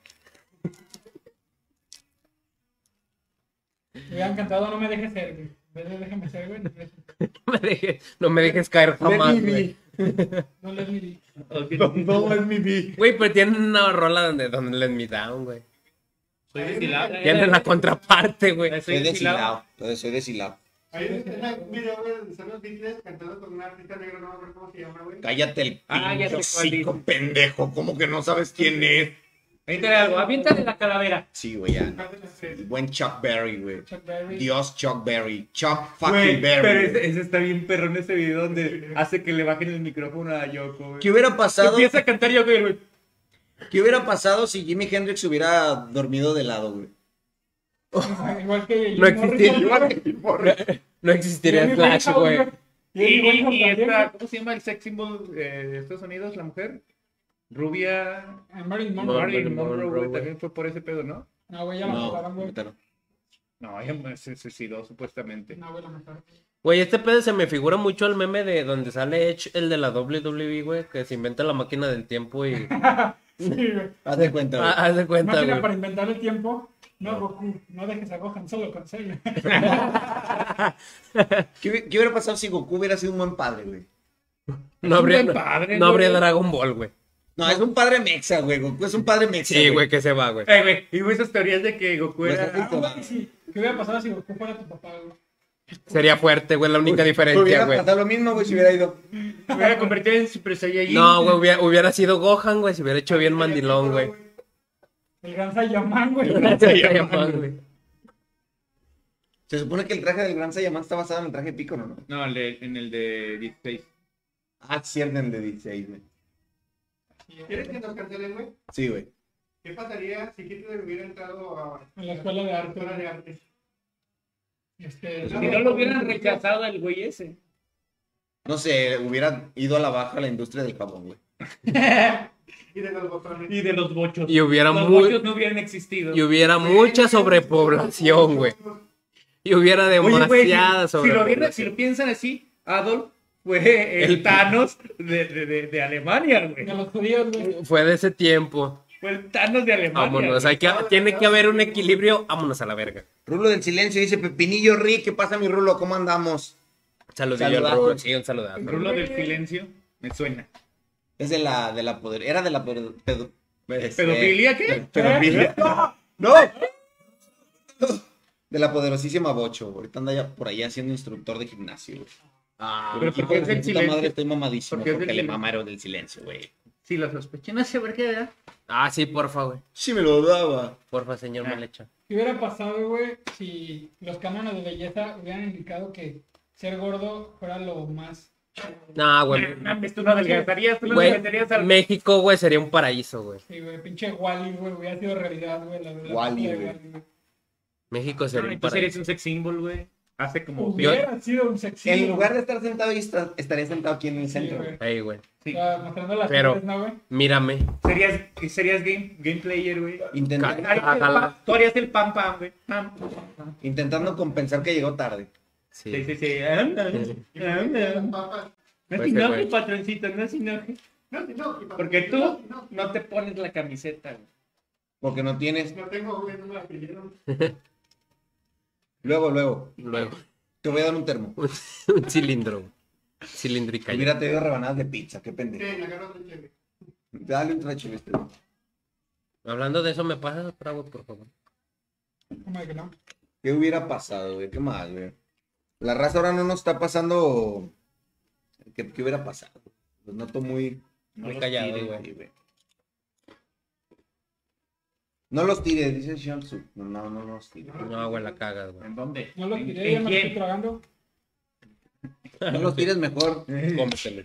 Me hubieran cantado No me dejes ser, güey. En vez de déjame ser, güey. No, No me dejes, no me dejes caer jamás, Let me güey. no les di. No, let me be. Güey, pero tienen una rola donde, donde Let Me Down, güey. Soy deshilado. Tienen la contraparte, güey. Soy Soy deshilado. deshilado. Entonces soy deshilado. Hay un un video, güey, donde son los Beatles cantando con un artista negro, no me acuerdo cómo se llama, güey. Cállate el Ah, ya sé pinche cuál hocico, dice. pendejo. ¿Cómo que no sabes quién es? Aviéntale algo, aviéntale la calavera. Sí, güey, ya. Parte de las tres. El buen Chuck Berry, güey. Chuck Berry. Dios Chuck Berry. Chuck fucking Güey, Berry. pero güey. ese, ese está bien perrón ese video donde hace que le bajen el micrófono a Yoko, güey. ¿Qué hubiera pasado? Empieza a cantar Yoko y el güey. ¿Qué hubiera pasado si Jimi Hendrix hubiera dormido de lado, güey? Igual que No Jim Morrison, existiría, güey. no existiría Jamie Flash, Winehouse, güey. Y, Jamie y, Winehouse y también, esta, güey. ¿cómo se llama el sex symbol eh, de Estados Unidos, la mujer? Rubia. Ah, Marilyn Monroe. Marilyn Monroe, Monroe, güey, güey. también fue por ese pedo, ¿no? No, güey, ya la No, mataron, güey. mataron. No, ella se suicidó supuestamente. No, güey, la mataron. Güey, este pedo se me figura mucho el meme de donde sale Edge, el de la doble u doble u E, güey, que se inventa la máquina del tiempo y... Sí, güey. Haz de cuenta, güey. Ah, haz de cuenta, Máquina güey. para inventar el tiempo. No, Goku, no dejes a Gohan solo con Cell. ¿Qué, hubi- qué hubiera pasado si Goku hubiera sido un buen padre, güey? No habría, buen padre, no habría güey. Dragon Ball, güey. No, es un padre mexa, güey. Goku es un padre mexa. Sí, güey, que se va, güey. Eh, güey, y hubo esas teorías de que Goku Pues, era... ahí te va. Sí, ¿qué hubiera pasado si Goku fuera tu papá, güey? Sería fuerte, güey, la única diferencia, Hubiera güey. pasado lo mismo, güey, si hubiera ido. Me hubiera convertido en Super Saiyajin. No, güey, hubiera, hubiera sido Gohan, güey, si hubiera hecho bien mandilón, güey. El gran Saiyaman, güey. Saiyaman, güey. Se supone que el traje del Gran Saiyaman está basado en el traje de Piccolo, ¿no? No, el de- en el de dieciséis. Ah, cierto, en el de dieciséis, güey. ¿Quieres que nos cancelen, güey? Sí, güey. ¿Qué pasaría si Hitler hubiera entrado a En la escuela de la arte. escuela de artes? Este, Si no lo hubieran rechazado el güey ese. No sé, hubiera ido a la baja la industria del jabón, güey. Y de los botones. Y de los bochos. Y hubiera los muy- bochos no hubieran existido. Y hubiera mucha sobrepoblación, güey. Y hubiera Oye, güey, demasiada si, si, lo viera- sobrepoblación. si lo piensan así, Adolf fue el, El- Thanos de, de, de, de Alemania, güey. de los judíos, güey. Fue de ese tiempo. Fue el Thanos de Alemania. Vámonos, güey. hay que, tiene que haber un equilibrio. Vámonos a la verga. Rulo del silencio dice Pepinillo Rick, ¿qué pasa, mi Rulo? ¿Cómo andamos? Saludillo al Saludazo. Rulo. Sí, un saludazo. El rulo del silencio me suena. Es de la, de la poder, era de la poder, pedo- este, ¿Pedofilia qué? de- Pedofilia. ¡No! De la poderosísima Bocho. Ahorita anda ya por allá siendo instructor de gimnasio, güey. Ah, Pero hijo ¿por qué de es del su puta silencio? madre, estoy mamadísimo ¿Por qué es porque del le silencio? mamaron del silencio, güey. Sí, lo sospeché. No sé por qué, ¿verdad? Ah, sí, porfa, güey. Sí me lo daba. Porfa, señor Ah. Malecha. ¿Qué hubiera pasado, güey, si los cánones de belleza hubieran indicado que ser gordo fuera lo más... Nah, güey. Mames, tú no adelgazarías, tú no te Güey, meterías al... México, güey, sería un paraíso, güey. Sí, güey, pinche Wally, güey, hubiera sido realidad, güey. La, la Wall-E, película de güey. Wall-E, güey. México sería No, un tú serías paraíso. un sex symbol, güey. Hace como... Hubiera sido un sexy. En lugar de estar sentado ahí, está- estaría sentado aquí en el Sí, centro. güey. Ey, güey. Sí. Mostrando las Pero- piernas, ¿no, güey? Mírame. Serías, serías game, game player, güey. Intentando, Harías el Ojalá. pam- Tú harías el pam pam, güey. Pam, pam, pam. intentando compensar que llegó tarde. Sí, Sí. sí, sí. Anda, anda. Papas. No Pues se sí, enoje, güey. patroncito, no se enoje. No, si no, si papas. Porque tú No, si no, no te pones la camiseta, güey. Porque no tienes. no tengo, güey, no me la pidieron. Luego, luego. Luego. Te voy a dar un termo. Un cilindro. güey. Cilíndrica. Hubiera te dio rebanadas de pizza, qué Sí, pendejo. la agarro de chévere. Dale un tracho este. Hablando de eso, ¿me pasas otra, güey, por favor? ¿Cómo de que no? ¿Qué hubiera pasado, güey? Qué mal, güey. La raza ahora no nos está pasando. ¿Qué, qué hubiera pasado? Los noto muy. Muy los callado, tires, güey. Sí, güey. No los tires, dice Shansu. No, no, no los tires. No, güey, la cagas, güey. ¿En dónde? No lo ¿En- tiré, ya ¿En me lo estoy quién? tragando. No los tires mejor. Cómetelo.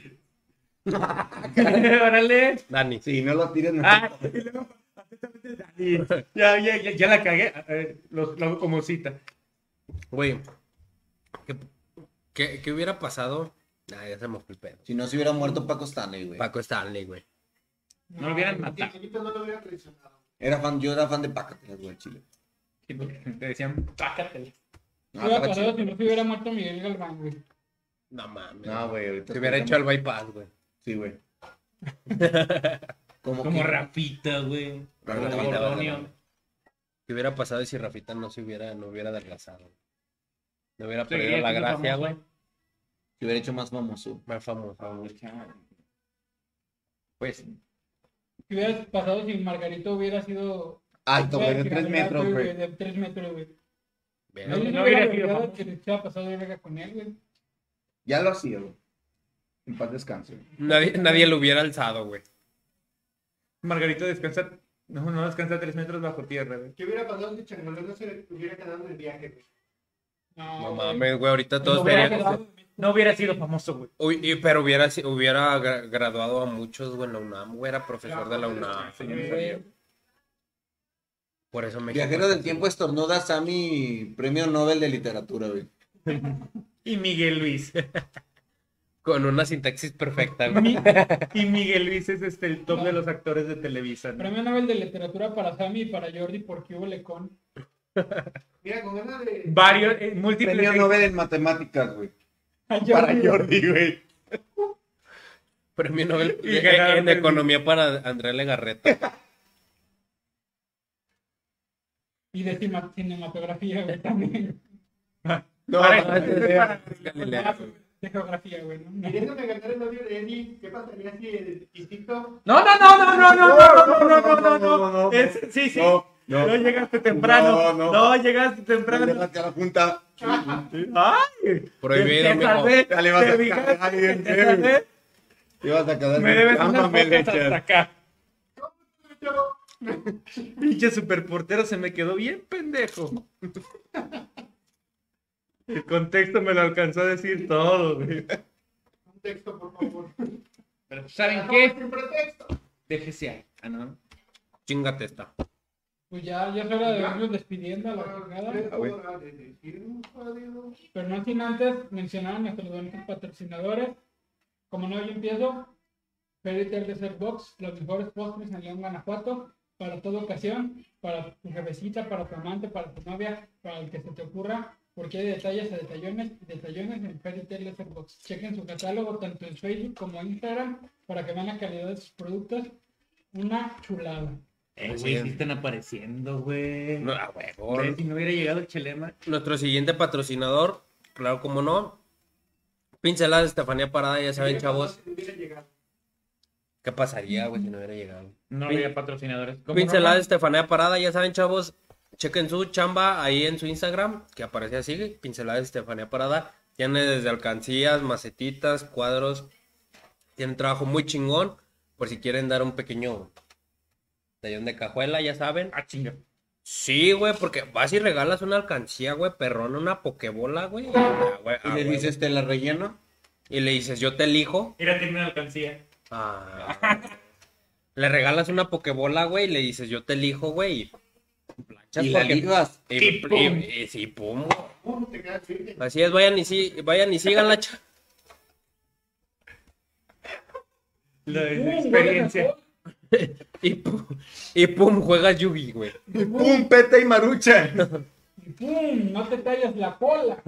Órale. Dani. Sí, no los tires mejor. Ah, y luego, atentamente, Dani. Ya, ya, ya, ya la cagué. A ver, lo, lo hago como cita. Güey. ¿Qué, qué, qué hubiera pasado? Ah, ya se me fue el pedo. Si no se hubiera muerto Paco Stanley, güey. Paco Stanley, güey. No lo hubieran Y matado. Paquito no lo hubiera traicionado. Era fan, yo era fan de Pácatelas, güey, Chile. Sí, porque te decían, pácatela. No, ¿Qué hubiera estaba pasado si chido. no se hubiera muerto Miguel Galván, güey? No mames. No, güey, ahorita. Se hubiera hecho el bypass, güey. Sí, güey. Como, Como que- Rafita, güey. Pero Como Rafita, Gordonio. ¿Qué hubiera pasado si Rafita no se hubiera, no hubiera adelgazado? No hubiera Seguiría perdido la siendo gracia, famoso. güey. Se hubiera hecho más famoso. Más famoso, güey. Pues. ¿Qué hubiera pasado si Margarito hubiera sido... Alto, güey, de Güey, tres que metros, güey, güey. De tres metros, güey. Bien. No, Él no no hubiera hubiera sido olvidado famoso. que se ha pasado de verga con él, güey. Ya lo hacía, güey. En paz descanse. Nadie, nadie lo hubiera alzado, güey. Margarito descansa. No, no descansa tres metros bajo tierra, güey. ¿Qué hubiera pasado si Changolón no se hubiera quedado en el viaje, güey? No güey. mames, güey. Ahorita todos No hubiera verían- quedado- No hubiera sido famoso, güey. Uy, y- pero hubiera, si- hubiera gra- graduado a muchos, güey, en la UNAM, güey. Era profesor de la UNAM. Sí, yo no sabía. Por eso me Viajero del tiempo estornuda Sammy, premio Nobel de literatura, güey. Y Miguel Luis. Con una sintaxis perfecta, güey. Mi- y Miguel Luis es este, el top de los actores de Televisa, ¿no? Premio Nobel de Literatura para Sammy y para Jordi porque hubo lecón. Mira, con ganas de. Varios, eh, múltiples. Premio Nobel en matemáticas, güey. Para Jordi, güey. Premio Nobel Y en- ganaron en el- economía para Andrea Legarreta. Y de cima- cinematografía, güey, también. No, Para- no, para- Galilea. De geografía, güey, ¿no? Queriéndome ganar el odio de Eddie, ¿qué pasaría si el instinto. No, no, no, no, no, no, no, no, no, no, no, no, no, Es- sí, sí. no, No, no. llegaste temprano. No, No, no. llegaste temprano. Llévate a la junta. Ay, Prohibido, te mijo. salvé, Ya le vas te a fijaste, cagar bien te feo. salvé. Te vas a quedar Me sin debes chamba, unas me fotos lechas. hasta acá. Pinche superportero se me quedó bien pendejo. El contexto me lo alcanzó a decir todo, güey. Un texto, por favor. Pero ¿saben No, qué? sin pretexto. Déjese ahí. Ah, no. Chingate esta. Pues ya, ya es hora de irnos despidiendo a la Pero chingada. es hora de decir un jodido. Pero no sin antes mencionar a nuestros bonitos patrocinadores. Como no, yo empiezo. Fairy Tail Dessert Box, los mejores postres en León, Guanajuato, para toda ocasión, para tu jefecita, para tu amante, para tu novia, para el que se te ocurra, porque hay detalles a detallones y detallones en Fairy Tail Dessert Box. Chequen su catálogo tanto en Facebook como en Instagram para que vean la calidad de sus productos. Una chulada. Eh, güey, sí están apareciendo, güey. No, a huevo. Güey, si no hubiera llegado el Chelema. Nuestro siguiente patrocinador, claro como no. Pinceladas de Estefanía Parada, ya saben, chavos. Si hubiera llegado. ¿Qué pasaría, güey, si no hubiera llegado? No Pin- había patrocinadores. ¿Cómo Pinceladas de no? Estefanía Parada, ya saben, chavos. Chequen su chamba ahí en su Instagram, que aparece así, Pinceladas de Estefanía Parada. Tiene desde alcancías, macetitas, cuadros. Tiene un trabajo muy chingón. Por si quieren dar un pequeño tallón de cajuela, ya saben. Ah, chinga. Sí, güey, porque vas y regalas una alcancía, güey, perrón, una pokebola, güey. Ah, güey, Y ah, le güey. dices, ¿te la relleno? Y le dices, yo te elijo. Mira, tiene una alcancía. Ah, le regalas una pokebola, güey, y le dices, yo te elijo, güey. Y planchas Y la porque- ligas. Y, Y y- pum. y- y sí, pum. güey. Uh, te quedas firme. Así es, vayan y, sí, vayan y sigan la cha- La, la Uh, experiencia. y, pum, y pum, juegas Yugi, güey. Y ¡pum! Peta y marucha. Y ¡pum! No te tallas la cola.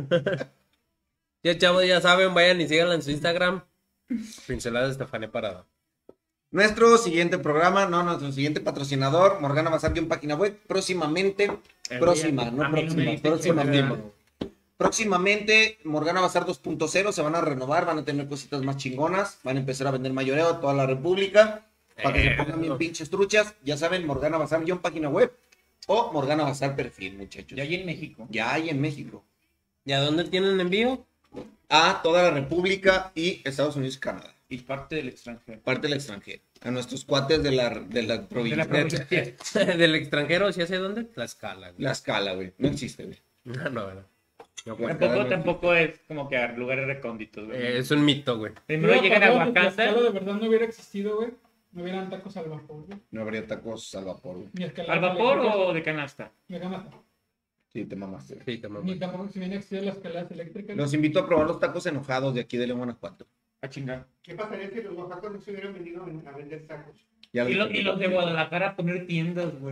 Ya, chavos, ya saben, vayan y síganla en su Instagram. Pinceladas de Estefanía Parada. Nuestro siguiente programa, no, nuestro siguiente patrocinador, Morgana Bazar, guión página web, próximamente, Eh, próxima, voy a- no a mí no me próxima, diste próximamente. chingada. Próximamente, Morgana Bazar dos punto cero, se van a renovar, van a tener cositas más chingonas, van a empezar a vender mayoreo a toda la república, para que se Eh, pongan bien no. pinches truchas, ya saben, Morgana Bazar, guión página web, o Morgana Bazar perfil, muchachos. Ya hay en México. Ya hay en México. ¿Y a dónde tienen envío? A toda la república y Estados Unidos y Canadá. Y parte del extranjero. Parte del extranjero. A nuestros cuates de la, de la De la provincia. provincia. Del extranjero, ¿sí hace dónde? Tlaxcala, güey. La escala, güey. No existe, güey. No, no, no. No, güey. Tampoco, tampoco es como que a lugares recónditos, güey. Eh, es un mito, güey. Primero Hubiera llegan a pasado que Wakanda. Tlaxcala de verdad no hubiera existido, güey. No hubieran tacos al vapor, güey. No habría tacos al vapor, güey. Ni escaleras ¿Al vapor eléctricas, o de canasta? ni canasta. Sí, te mamaste. Sí, te Ni mamas. tampoco si bien existían las escaleras eléctricas. Los invito a probar los tacos enojados de aquí de León, Guanajuato. A chingar. ¿Qué pasaría si los oaxacos no se hubieran venido a vender tacos? Ya Y, lo- lo- y los de Guadalajara a poner tiendas, güey.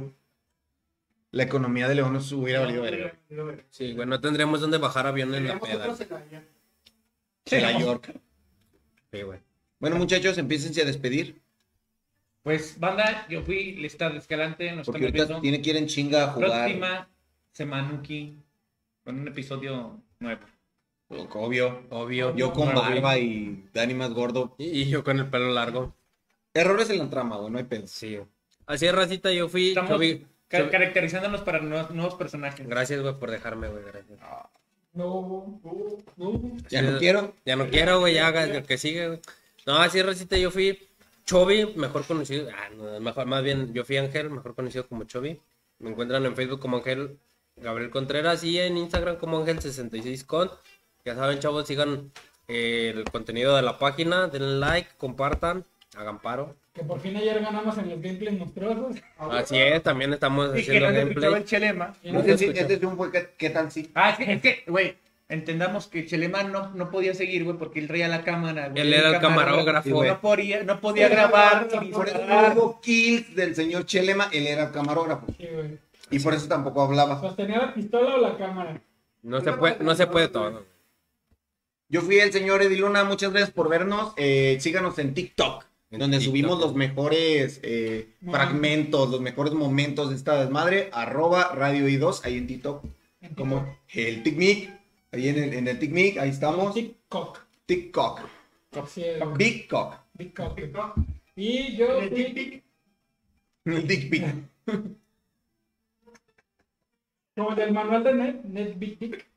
La economía de León nos hubiera valido verga. Sí, güey, no tendríamos dónde bajar avión en la Teníamos peda. otros en la- ya. De la York. Sí, güey. Bueno, muchachos, empiécense a despedir. Pues, banda, yo fui lista de Escalante, nos Porque estamos ahorita viendo. tiene que ir en chinga a jugar. Próxima semanuki con un episodio nuevo. Obvio. Obvio. Yo con Nuevo, barba y Dani más gordo. Y, y yo con el pelo largo. Errores en la trama, güey. No hay pedo. Sí. Así es, racita, yo fui. Estamos yo vi- ca- yo vi- caracterizándonos para nuevos, nuevos personajes. Gracias, güey, por dejarme, güey. Gracias. No, no, no. Ya Sí, no quiero. Ya no quiero, güey, ya haga el que sigue, güey. No, así es, racita, yo fui Chovy, mejor conocido. Ah, no, mejor, más bien, yo fui Ángel, mejor conocido como Chovy. Me encuentran en Facebook como Ángel Gabriel Contreras y en Instagram como Ángel sesenta y seis con. Ya saben, chavos, sigan eh, el contenido de la página, denle like, compartan, hagan paro. Que por fin ayer ganamos en los gameplays monstruosos. Así es, también estamos Y que haciendo no se escuchaba gameplay. el Chelema. Y no Este se sí- escuchó. este sí fue ¿qué, qué tal sí? Ah, es que, es que, güey, entendamos que Chelema no, no podía seguir, güey, porque él traía la cámara, güey. Él era el camarógrafo. Sí, güey. No podía, no podía grabar ni Por eso disparar. no hubo kills del señor Chelema. Él era camarógrafo. Sí, güey. Y por eso tampoco hablaba. ¿Sostenía la pistola o la cámara? No se puede, no se puede todo. Yo fui el señor Eddie Luna, muchas gracias por vernos. Eh, síganos en TikTok, En donde TikTok. subimos los mejores eh, Momentos. fragmentos, los mejores momentos de esta desmadre. Arroba Radio I dos, ahí en TikTok. En Como el TikMik, ahí en el, en el TikMik, ahí estamos. TikTok. TikTok. Así es, güey. Big Cock. Big Cock. Y yo El fui... tic pic. El Dick Pic. Como del manual de Net, Net Big Dick.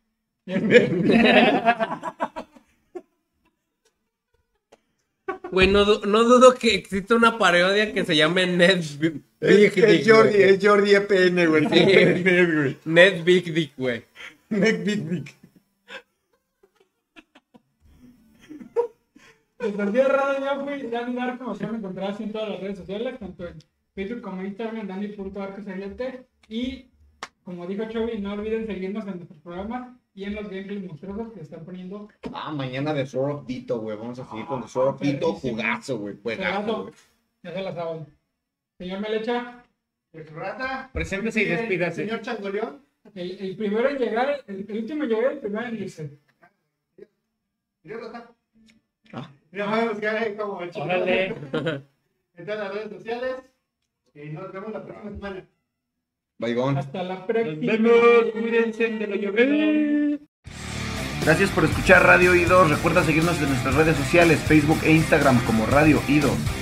Güey, no, du- no dudo que exista una parodia que se llame Ned Big Es, Dick, es Jordi, güey. es Jordi E P N, güey. Sí. Ned, güey. Ned Big Dick, güey. Ned Big Dick. Desde el día raro ya fui Dani Darko, o sea, me encontraba así en todas las redes sociales, tanto en Facebook como en Instagram, Dani.ArcosAyate. Y como dijo Chovy, no olviden seguirnos en nuestros programas y en los gameplays monstruosos que se están poniendo. Ah, mañana de Sword of Dito, güey. Vamos a seguir con The Sword of Dito. Jugazo, güey. Juegazo, Pedazo. güey. Ya se la saben. Señor Melecha, El rata. Preséntese y El despídase. Señor Changoleón. el, el primero en llegar, el, el último en llegar, el primero en irse. Mira, rata. Ah. Mira, vamos a buscar ahí como el chingón. Órale. En todas las redes sociales. Y nos vemos la próxima semana. Baigón. Hasta la Nos próxima. vemos, cuídense de lo llovido. Gracias por escuchar Radio I dos. Recuerda seguirnos en nuestras redes sociales, Facebook e Instagram como Radio I dos.